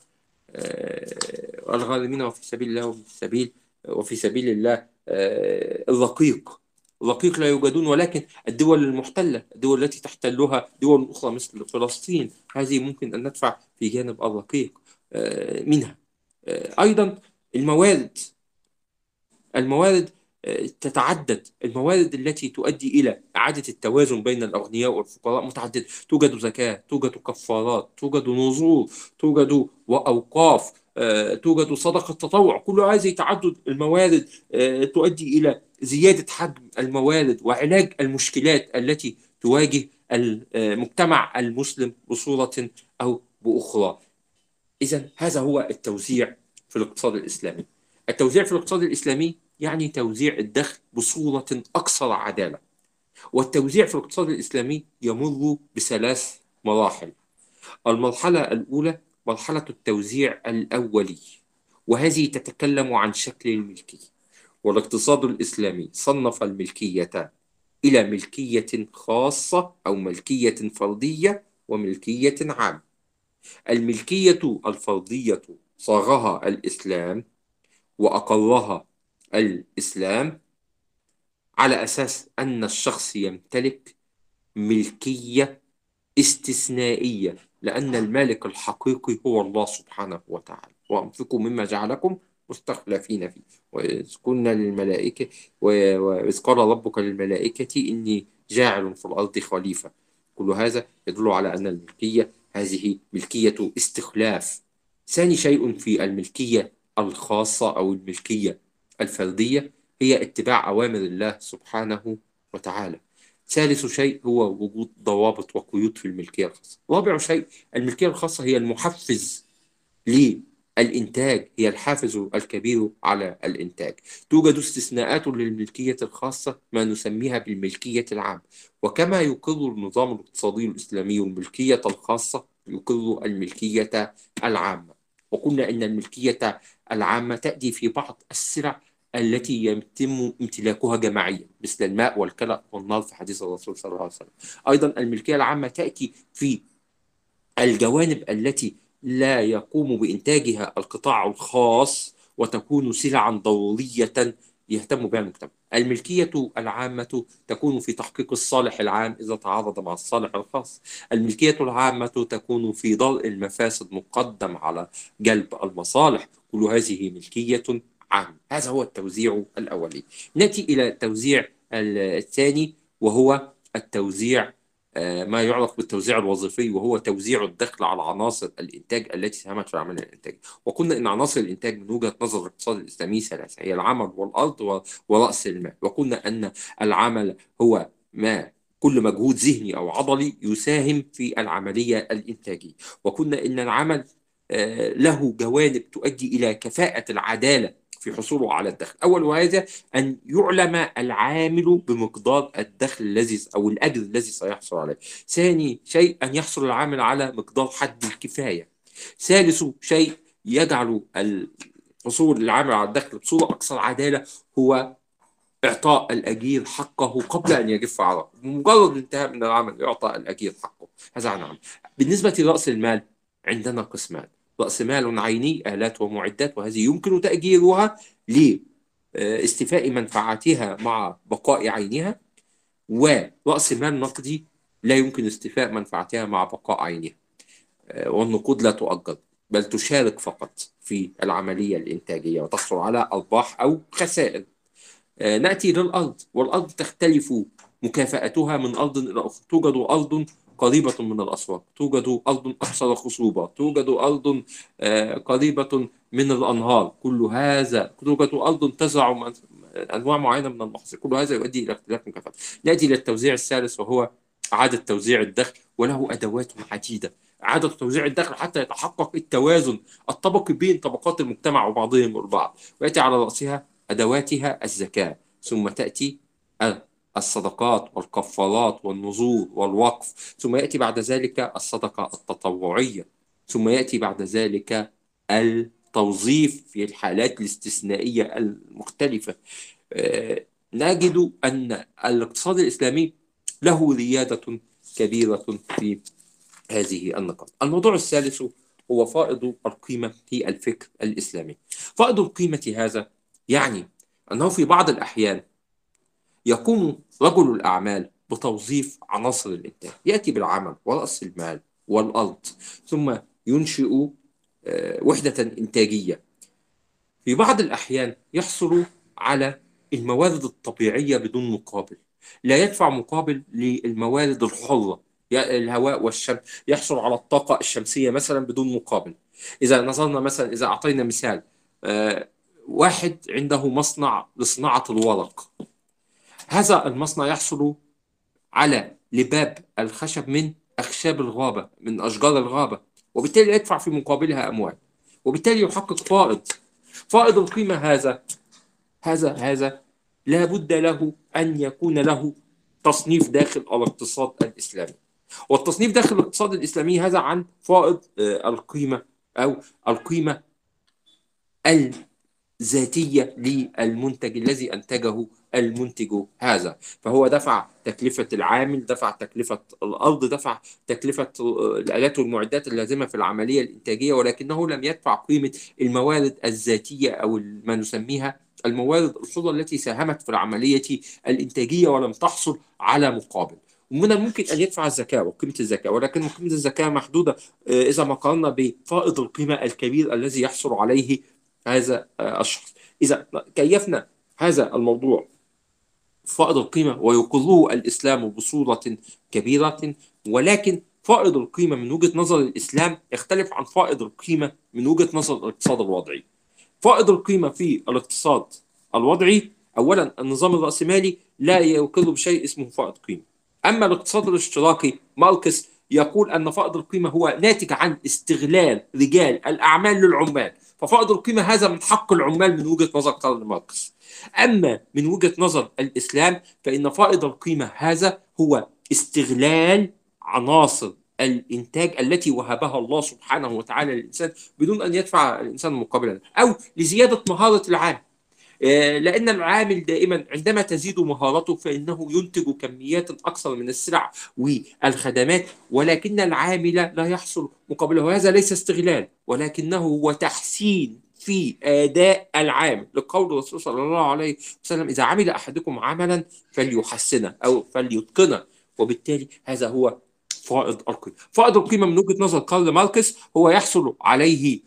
آه، الغارمين وفي سبيل الله وفي سبيل وفي سبيل الله آه، الرقيق. الرقيق لا يوجدون، ولكن الدول المحتلة، الدول التي تحتلها دول أخرى مثل فلسطين، هذه ممكن أن ندفع في جانب الرقيق آه، منها. آه، أيضا الموارد، الموارد تتعدد الموارد التي تؤدي إلى إعادة التوازن بين الأغنياء والفقراء متعددة. توجد زكاة، توجد كفارات، توجد نذور، توجد وأوقاف، توجد صدقة تطوع. كل هذه تعدد الموارد تؤدي إلى زيادة حجم الموارد وعلاج المشكلات التي تواجه المجتمع المسلم بصورة أو بأخرى. إذن هذا هو التوزيع في الاقتصاد الإسلامي. التوزيع في الاقتصاد الإسلامي يعني توزيع الدخل بصورة أكثر عدالة. والتوزيع في الاقتصاد الإسلامي يمر بثلاث مراحل. المرحلة الأولى مرحلة التوزيع الأولي، وهذه تتكلم عن شكل الملكية. والاقتصاد الإسلامي صنف الملكية إلى ملكية خاصة أو ملكية فردية وملكية عامة. الملكية الفردية صاغها الإسلام وأقرها الإسلام على أساس أن الشخص يمتلك ملكية استثنائية، لأن المالك الحقيقي هو الله سبحانه وتعالى. وأنفقوا مما جعلكم مستخلفين فيه وإذ قلنا للملائكة وإذ قال ربك للملائكة إني جاعل في الأرض خليفة. كل هذا يدل على أن الملكية هذه ملكية استخلاف. ثاني شيء في الملكية الخاصة أو الملكية الفردية هي اتباع أوامر الله سبحانه وتعالى. ثالث شيء هو وجود ضوابط وقيود في الملكية الخاصة. رابع شيء الملكية الخاصة هي المحفز للإنتاج، هي الحافز الكبير على الإنتاج. توجد استثناءات للملكية الخاصة ما نسميها بالملكية العامة. وكما يقر النظام الاقتصادي الإسلامي الملكية الخاصة يقر الملكية العامة. وقلنا إن الملكية العامة تأتي في بعض السلع التي يتم امتلاكها جماعيا مثل الماء والكلى والنار في حديث الرسول صلى الله عليه وسلم. أيضا الملكية العامة تأتي في الجوانب التي لا يقوم بإنتاجها القطاع الخاص وتكون سلعا ضرورية يهتم بها المجتمع. الملكية العامة تكون في تحقيق الصالح العام إذا تعارض مع الصالح الخاص. الملكية العامة تكون في درء المفاسد مقدم على جلب المصالح. كل هذه ملكية عام. هذا هو التوزيع الأولي. نأتي إلى التوزيع الثاني وهو التوزيع ما يعرف بالتوزيع الوظيفي، وهو توزيع الدخل على عناصر الإنتاج التي ساهمت في العملية الإنتاجية. وقلنا إن عناصر الإنتاج من وجهة نظر الاقتصاد الإسلامي ثلاثة، هي العمل والأرض ورأس المال. وقلنا أن العمل هو ما كل مجهود ذهني أو عضلي يساهم في العملية الإنتاجية. وقلنا إن العمل له جوانب تؤدي إلى كفاءة العدالة في حصوله على الدخل. أول وهذا أن يعلم العامل بمقدار الدخل الذي أو الأجر الذي سيحصل عليه. ثاني شيء أن يحصل العامل على مقدار حد الكفاية. ثالث شيء يجعل الحصول العامل على الدخل بصورة أكثر عدالة هو إعطاء الأجير حقه قبل أن يجف عرقه. بمجرد الانتهاء من العمل يعطى الأجير حقه. هذا عن عمل. بالنسبة لرأس المال عندنا قسمان: رأس مال عيني آلات ومعدات، وهذه يمكن تأجيرها لاستيفاء منفعتها مع بقاء عينها، ورأس مال نقدي لا يمكن استيفاء منفعتها مع بقاء عينها، والنقود لا تؤجر بل تشارك فقط في العملية الإنتاجية وتحصل على أرباح أو خسائر. نأتي للأرض، والأرض تختلف مكافأتها من أرض إلى أخرى. توجد أرض قريبة من الأسواق، توجد أرض أكثر خصوبة، توجد أرض قريبة من الأنهار. كل هذا توجد أرض تزرع أنواع معينة من المحاصيل. كل هذا يؤدي إلى اختلاف مكافأة. نأتي للتوزيع الثالث وهو إعادة توزيع الدخل، وله أدوات عديدة. إعادة توزيع الدخل حتى يتحقق التوازن الطبقي بين طبقات المجتمع وبعضهم البعض، ويأتي على رأسها أدواتها الزكاة، ثم تأتي الصدقات والكفارات والنذور والوقف، ثم يأتي بعد ذلك الصدقة التطوعية، ثم يأتي بعد ذلك التوظيف في الحالات الاستثنائية المختلفة. نجد أن الاقتصاد الإسلامي له ريادة كبيرة في هذه النقاط. الموضوع الثالث هو فائض القيمة في الفكر الإسلامي. فائض القيمة هذا يعني أنه في بعض الأحيان يقوم رجل الأعمال بتوظيف عناصر الإنتاج، يأتي بالعمل ورأس المال والأرض، ثم ينشئ وحدة إنتاجية. في بعض الأحيان يحصل على الموارد الطبيعية بدون مقابل، لا يدفع مقابل للموارد الحرة، الهواء والشمس، يحصل على الطاقة الشمسية مثلا بدون مقابل. إذا نظرنا مثلا، إذا أعطينا مثال، آه، واحد عنده مصنع لصناعة الورق، هذا المصنع يحصل على لباب الخشب من أخشاب الغابة، من أشجار الغابة، وبالتالي يدفع في مقابلها أموال، وبالتالي يحقق فائض. فائض القيمة هذا هذا هذا لا بد له أن يكون له تصنيف داخل الاقتصاد الإسلامي. والتصنيف داخل الاقتصاد الإسلامي هذا عن فائض آه، القيمة، أو القيمة ذاتية للمنتج الذي أنتجه المنتج هذا. فهو دفع تكلفة العامل، دفع تكلفة الأرض، دفع تكلفة الآلات والمعدات اللازمة في العملية الإنتاجية، ولكنه لم يدفع قيمة الموارد الذاتية، أو ما نسميها الموارد الأصول التي ساهمت في العملية الإنتاجية ولم تحصل على مقابل. ومن الممكن أن يدفع الزكاة وقيمة الزكاة، ولكن قيمة الزكاة محدودة إذا ما قارنا بفائض القيمة الكبير الذي يحصل عليه هذا الشخص. إذا كيفنا هذا الموضوع فائض القيمة ويقره الإسلام بصورة كبيرة، ولكن فائض القيمة من وجهة نظر الإسلام يختلف عن فائض القيمة من وجهة نظر الاقتصاد الوضعي. فائض القيمة في الاقتصاد الوضعي، أولا النظام الرأسمالي لا يقر بشيء اسمه فائض قيمة. أما الاقتصاد الاشتراكي، ماركس يقول أن فائض القيمة هو ناتج عن استغلال رجال الأعمال للعمال، ففائض القيمة هذا من حق العمال من وجهة نظر كارل ماركس. أما من وجهة نظر الإسلام فإن فائض القيمة هذا هو استغلال عناصر الإنتاج التي وهبها الله سبحانه وتعالى للإنسان بدون أن يدفع الإنسان مقابلا، أو لزيادة مهارة العامل. لأن العامل دائما عندما تزيد مهارته فإنه ينتج كميات أكثر من السلع والخدمات، ولكن العامل لا يحصل مقابله. وهذا ليس استغلال، ولكنه هو تحسين في أداء العامل، لقول الرسول صلى الله عليه وسلم: إذا عمل أحدكم عملا فليحسنه أو فليتقنه. وبالتالي هذا هو فائض القيمة. فائض القيمة من وجهة نظر كارل ماركس هو يحصل عليه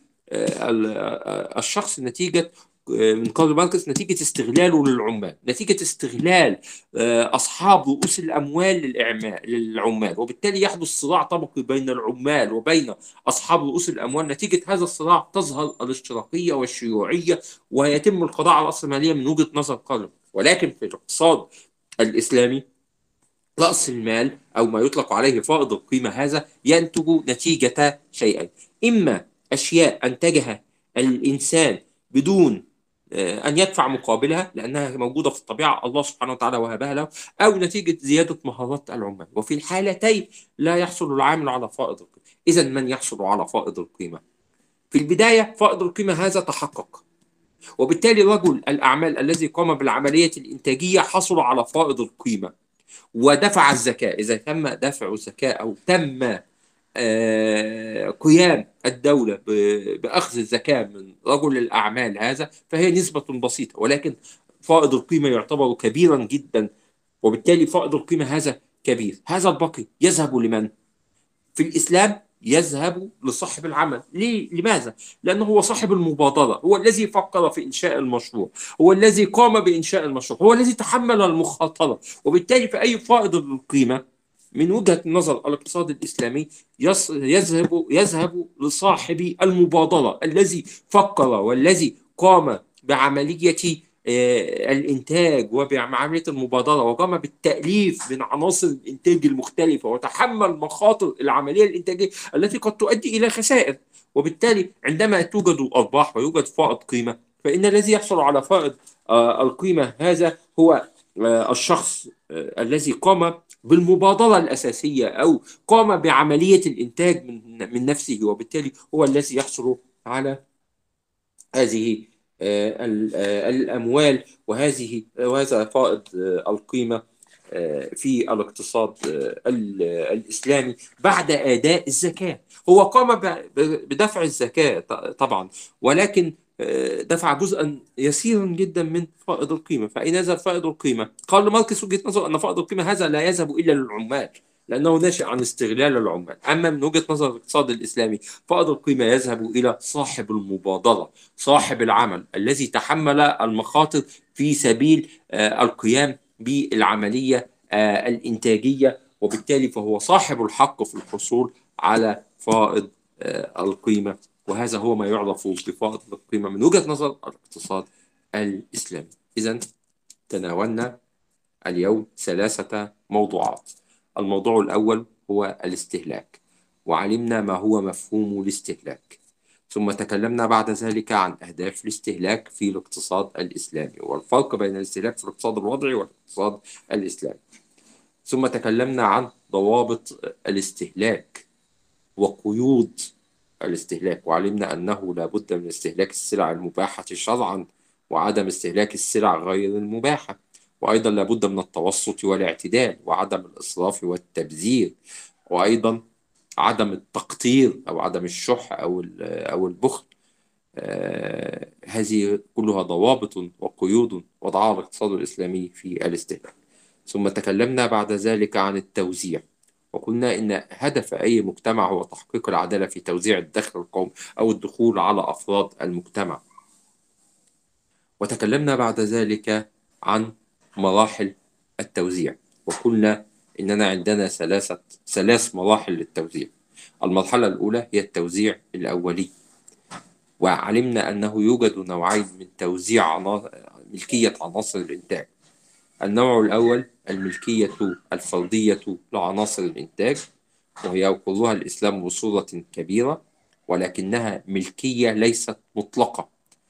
الشخص نتيجة من كارل ماركس نتيجة استغلاله للعمال، نتيجة استغلال أصحاب رؤوس الأموال للعمال، وبالتالي يحدث صراع طبقي بين العمال وبين أصحاب رؤوس الأموال. نتيجة هذا الصراع تظهر الاشتراكية والشيوعية، ويتم القضاء على الرأسمالية من وجهة نظر كارل. ولكن في الاقتصاد الإسلامي رأس المال أو ما يطلق عليه فائض القيمة هذا ينتج نتيجة شيئين: إما أشياء أنتجها الإنسان بدون أن يدفع مقابلها لأنها موجودة في الطبيعة، الله سبحانه وتعالى وهبها له، أو نتيجة زيادة مهارات العمال. وفي الحالتين لا يحصل العامل على فائض القيمة. إذا من يحصل على فائض القيمة؟ في البداية فائض القيمة هذا تحقق، وبالتالي رجل الأعمال الذي قام بالعملية الإنتاجية حصل على فائض القيمة ودفع الزكاة. إذا تم دفع الزكاة أو تم آه قيام الدولة بأخذ الزكاة من رجل الأعمال هذا، فهي نسبة بسيطة، ولكن فائض القيمة يعتبر كبيرا جدا، وبالتالي فائض القيمة هذا كبير. هذا الباقي يذهب لمن؟ في الإسلام يذهب لصاحب العمل. ليه؟ لماذا؟ لأنه هو صاحب المبادرة، هو الذي فكر في إنشاء المشروع، هو الذي قام بإنشاء المشروع، هو الذي تحمل المخاطرة. وبالتالي فأي فائض القيمة من وجهة نظر الاقتصاد الإسلامي يذهب يذهب لصاحب المبادرة الذي فكر والذي قام بعملية الإنتاج وبعملية المبادرة، وقام بالتأليف من عناصر الإنتاج المختلفة، وتحمل مخاطر العملية الإنتاجية التي قد تؤدي إلى خسائر. وبالتالي عندما توجد أرباح ويوجد فائض قيمة، فإن الذي يحصل على فائض القيمة هذا هو الشخص الذي قام بالمبادرة الأساسية أو قام بعملية الإنتاج من من نفسه، وبالتالي هو الذي يحصل على هذه الأموال وهذه وهذا فائض القيمة في الاقتصاد الإسلامي بعد أداء الزكاة. هو قام بدفع الزكاة طبعا، ولكن دفع جزءا يسيرا جدا من فائض القيمة. فأين يذهب فائض القيمة؟ قال ماركس وجهة نظر أن فائض القيمة هذا لا يذهب إلا للعمال، لأنه ناشئ عن استغلال العمال. أما من وجهة نظر الاقتصاد الإسلامي فائض القيمة يذهب إلى صاحب المبادرة، صاحب العمل الذي تحمل المخاطر في سبيل آه، القيام بالعملية آه، الإنتاجية، وبالتالي فهو صاحب الحق في الحصول على فائض آه، القيمة. وهذا هو ما يعرف بفائض القيمة من وجهة نظر الاقتصاد الإسلامي. إذن تناولنا اليوم ثلاثة موضوعات. الموضوع الأول هو الاستهلاك، وعلمنا ما هو مفهوم الاستهلاك. ثم تكلمنا بعد ذلك عن أهداف الاستهلاك في الاقتصاد الإسلامي والفرق بين الاستهلاك في الاقتصاد الوضعي والاقتصاد الإسلامي. ثم تكلمنا عن ضوابط الاستهلاك وقيود الاستهلاك، وعلمنا أنه لا بد من استهلاك السلع المباحة شرعا وعدم استهلاك السلع غير المباحة، وأيضا لا بد من التوسط والاعتدال وعدم الإسراف والتبذير، وأيضا عدم التقطير أو عدم الشح أو أو البخل. آه هذه كلها ضوابط وقيود وضعها الاقتصاد الإسلامي في الاستهلاك. ثم تكلمنا بعد ذلك عن التوزيع، وقلنا إن هدف أي مجتمع هو تحقيق العدالة في توزيع الدخل القومي أو الدخول على أفراد المجتمع. وتكلمنا بعد ذلك عن مراحل التوزيع، وقلنا إننا عندنا ثلاثة ثلاث مراحل للتوزيع. المرحلة الأولى هي التوزيع الأولي، وعلمنا أنه يوجد نوعين من توزيع عنا... ملكية عناصر الإنتاج. النوع الأول الملكية الفردية لعناصر الإنتاج، وهي يقرها الإسلام بصورة كبيرة، ولكنها ملكية ليست مطلقة،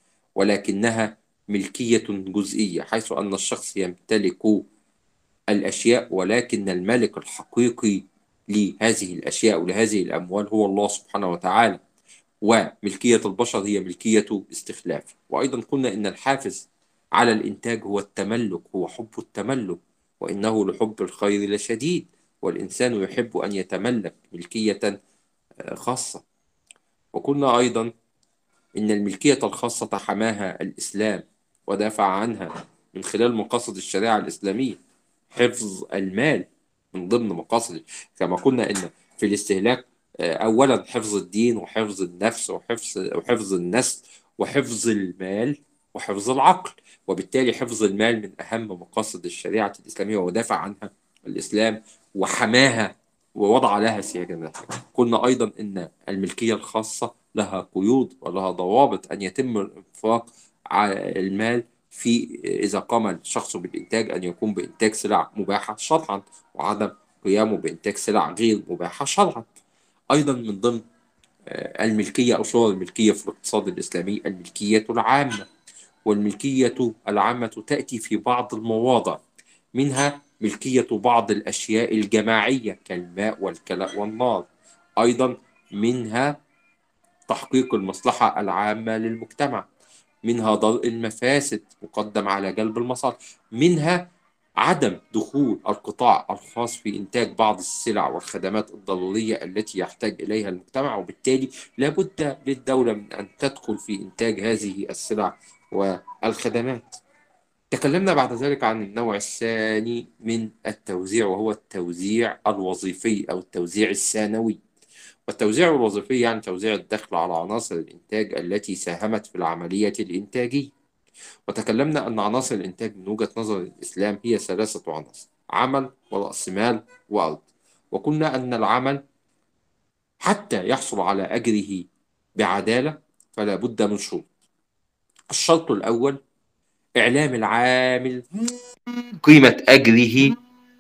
ولكنها ملكية جزئية، حيث أن الشخص يمتلك الأشياء ولكن المالك الحقيقي لهذه الأشياء ولهذه الأموال هو الله سبحانه وتعالى. وملكية البشر هي ملكية استخلاف. وأيضا قلنا إن الحافز على الإنتاج هو التملك، هو حب التملك، وإنه لحب الخير لشديد، والإنسان يحب أن يتملك ملكية خاصة. وقلنا أيضا إن الملكية الخاصة حماها الإسلام ودافع عنها من خلال مقاصد الشريعة الإسلامية. حفظ المال من ضمن مقاصد، كما قلنا إن في الاستهلاك أولا حفظ الدين وحفظ النفس وحفظ وحفظ النسل وحفظ المال وحفظ العقل، وبالتالي حفظ المال من أهم مقاصد الشريعة الإسلامية ودافع عنها الإسلام وحماها ووضع لها سياجا. قلنا أيضا إن الملكية الخاصة لها قيود ولها ضوابط، أن يتم الإنفاق على المال في إذا قام الشخص بالإنتاج أن يقوم بإنتاج سلع مباحة شرعا، وعدم قيامه بإنتاج سلع غير مباحة شرعا. أيضا من ضمن الملكية أو صور الملكية في الاقتصاد الإسلامي الملكية العامة، والملكية العامة تأتي في بعض المواضع، منها ملكية بعض الأشياء الجماعية كالماء والكلاء والنار. أيضا منها تحقيق المصلحة العامة للمجتمع، منها درء المفاسد مقدم على جلب المصالح، منها عدم دخول القطاع الخاص في إنتاج بعض السلع والخدمات الضرورية التي يحتاج إليها المجتمع، وبالتالي لابد للدولة من أن تدخل في إنتاج هذه السلع والخدمات. تكلمنا بعد ذلك عن النوع الثاني من التوزيع، وهو التوزيع الوظيفي أو التوزيع الثانوي. والتوزيع الوظيفي يعني توزيع الدخل على عناصر الإنتاج التي ساهمت في العملية الإنتاجية. وتكلمنا أن عناصر الإنتاج من وجهة نظر الإسلام هي ثلاثة عناصر: عمل ورأس مال وأرض. وقلنا أن العمل حتى يحصل على أجره بعدالة فلا بد من شروط. الشرط الأول إعلام العامل قيمة أجره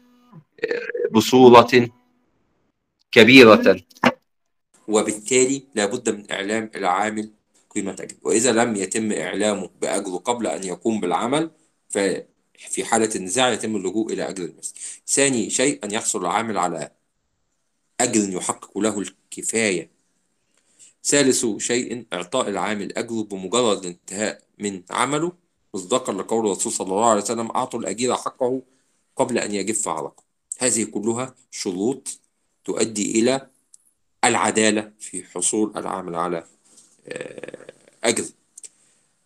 بصورة كبيرة، وبالتالي لا بد من إعلام العامل قيمة أجره. وإذا لم يتم إعلامه بأجره قبل أن يقوم بالعمل ففي حالة النزاع يتم اللجوء إلى أجر المثل. ثاني شيء أن يحصل العامل على أجر يحقق له الكفاية. ثالث شيء إعطاء العامل أجره بمجرد الانتهاء من عمله، مصداقا لقول الرسول صلى الله عليه وسلم: أعطوا الأجير حقه قبل أن يجف عرقه. هذه كلها شروط تؤدي إلى العدالة في حصول العامل على أجر.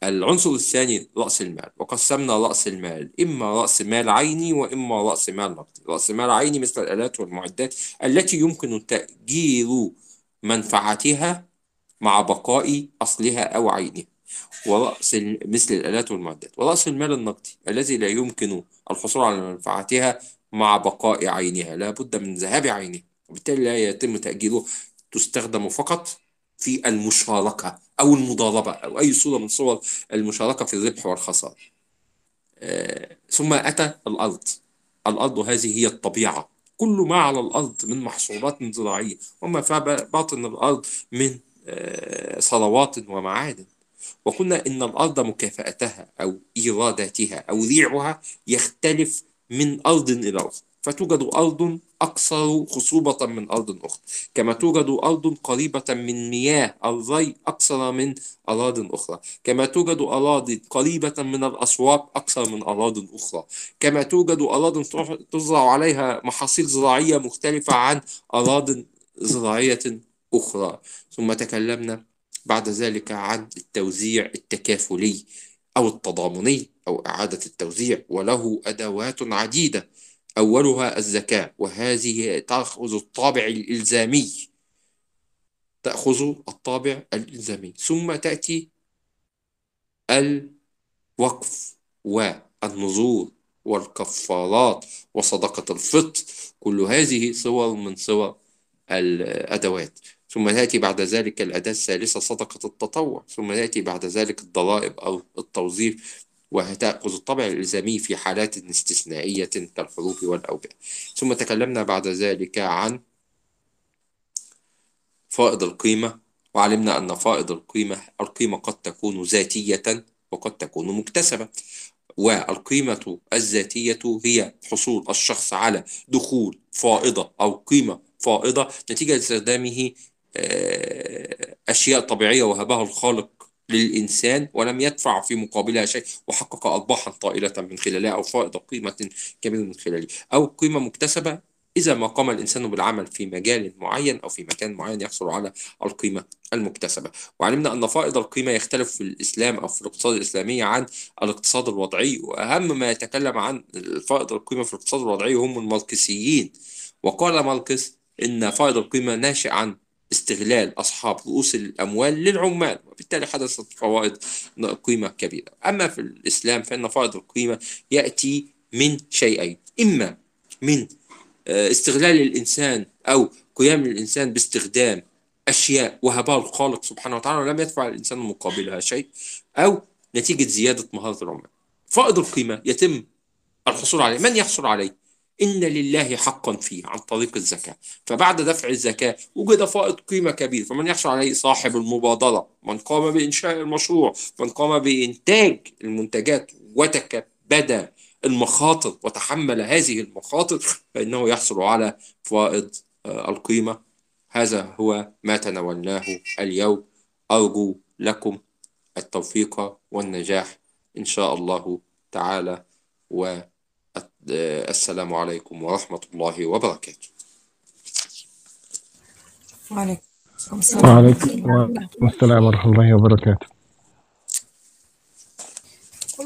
العنصر الثاني رأس المال، وقسمنا رأس المال إما رأس مال عيني وإما رأس مال نقدي. رأس مال عيني مثل الآلات والمعدات التي يمكن تأجير منفعتها مع بقاء أصلها أو عينها، ورأس مثل الآلات والمعدات. ورأس المال النقدي الذي لا يمكن الحصول على منفعتها مع بقاء عينها، لا بد من ذهاب عينها، وبالتالي لا يتم تأجيله، تستخدم فقط في المشاركة أو المضاربة أو أي صورة من صور المشاركة في الربح والخسارة. آه، ثم أتى الأرض. الأرض هذه هي الطبيعة، كل ما على الأرض من محصولات زراعية وما في باطن الأرض من آه، ثروات ومعادن. وقلنا إن الأرض مكافأتها أو إيراداتها أو ريعها يختلف من أرض إلى أخرى، فتوجد أرض أكثر خصوبة من أرض أخرى، كما توجد أرض قريبة من مياه الري أكثر من أراضٍ أخرى، كما توجد أراضي قريبة من الأسواق أكثر من أراضٍ أخرى، كما توجد أراضٍ تزرع عليها محاصيل زراعية مختلفة عن أراضٍ زراعية أخرى. ثم تكلمنا بعد ذلك عن التوزيع التكافلي أو التضامني أو إعادة التوزيع، وله أدوات عديدة، أولها الزكاة، وهذه تأخذ الطابع الإلزامي، تأخذ الطابع الإلزامي. ثم تأتي الوقف والنذور والكفارات وصدقة الفطر، كل هذه صور من صور الأدوات. ثم تأتي بعد ذلك الأداة الثالثة صدقة التطوع. ثم تأتي بعد ذلك الضرائب أو التوظيف، وتأخذ الطابع الإلزامي في حالات استثنائية كالحروب والأوبئة. ثم تكلمنا بعد ذلك عن فائض القيمة، وعلمنا أن فائض القيمة القيمة قد تكون ذاتية وقد تكون مكتسبة. والقيمة الذاتية هي حصول الشخص على دخول فائضة أو قيمة فائضة نتيجة لاستخدامه أشياء طبيعية وهبها الخالق للإنسان ولم يدفع في مقابلها شيء، وحقق أرباحا طائلة من خلالها، أو فائض قيمة كبيرة من خلالها. أو قيمة مكتسبة إذا ما قام الإنسان بالعمل في مجال معين أو في مكان معين يحصل على القيمة المكتسبة. وعلمنا أن فائض القيمة يختلف في الإسلام أو في الاقتصاد الإسلامي عن الاقتصاد الوضعي، وأهم ما يتكلم عن فائض القيمة في الاقتصاد الوضعي هم الماركسيين. وقال ماركس إن فائض القيمة ناشئ عن استغلال أصحاب رؤوس الأموال للعمال، وبالتالي حدثت فوائد قيمة كبيرة. أما في الإسلام فإن فائض القيمة يأتي من شيئين: إما من استغلال الإنسان أو قيام الإنسان باستخدام أشياء وهبها الخالق سبحانه وتعالى ولم يدفع الإنسان مقابلها شيء، أو نتيجة زيادة مهارة العمال. فائض القيمة يتم الحصول عليه. من يحصل عليه؟ إن لله حقا فيه عن طريق الزكاة. فبعد دفع الزكاة وجد فائض قيمة كبير، فمن يحصل عليه؟ صاحب المبادرة، من قام بإنشاء المشروع، من قام بإنتاج المنتجات وتكبد المخاطر وتحمل هذه المخاطر، فإنه يحصل على فائض القيمة. هذا هو ما تناولناه اليوم. أرجو لكم التوفيق والنجاح إن شاء الله تعالى، والسلام عليكم ورحمة الله وبركاته. وعليكم السلام وعليكم السلام ورحمة الله وبركاته.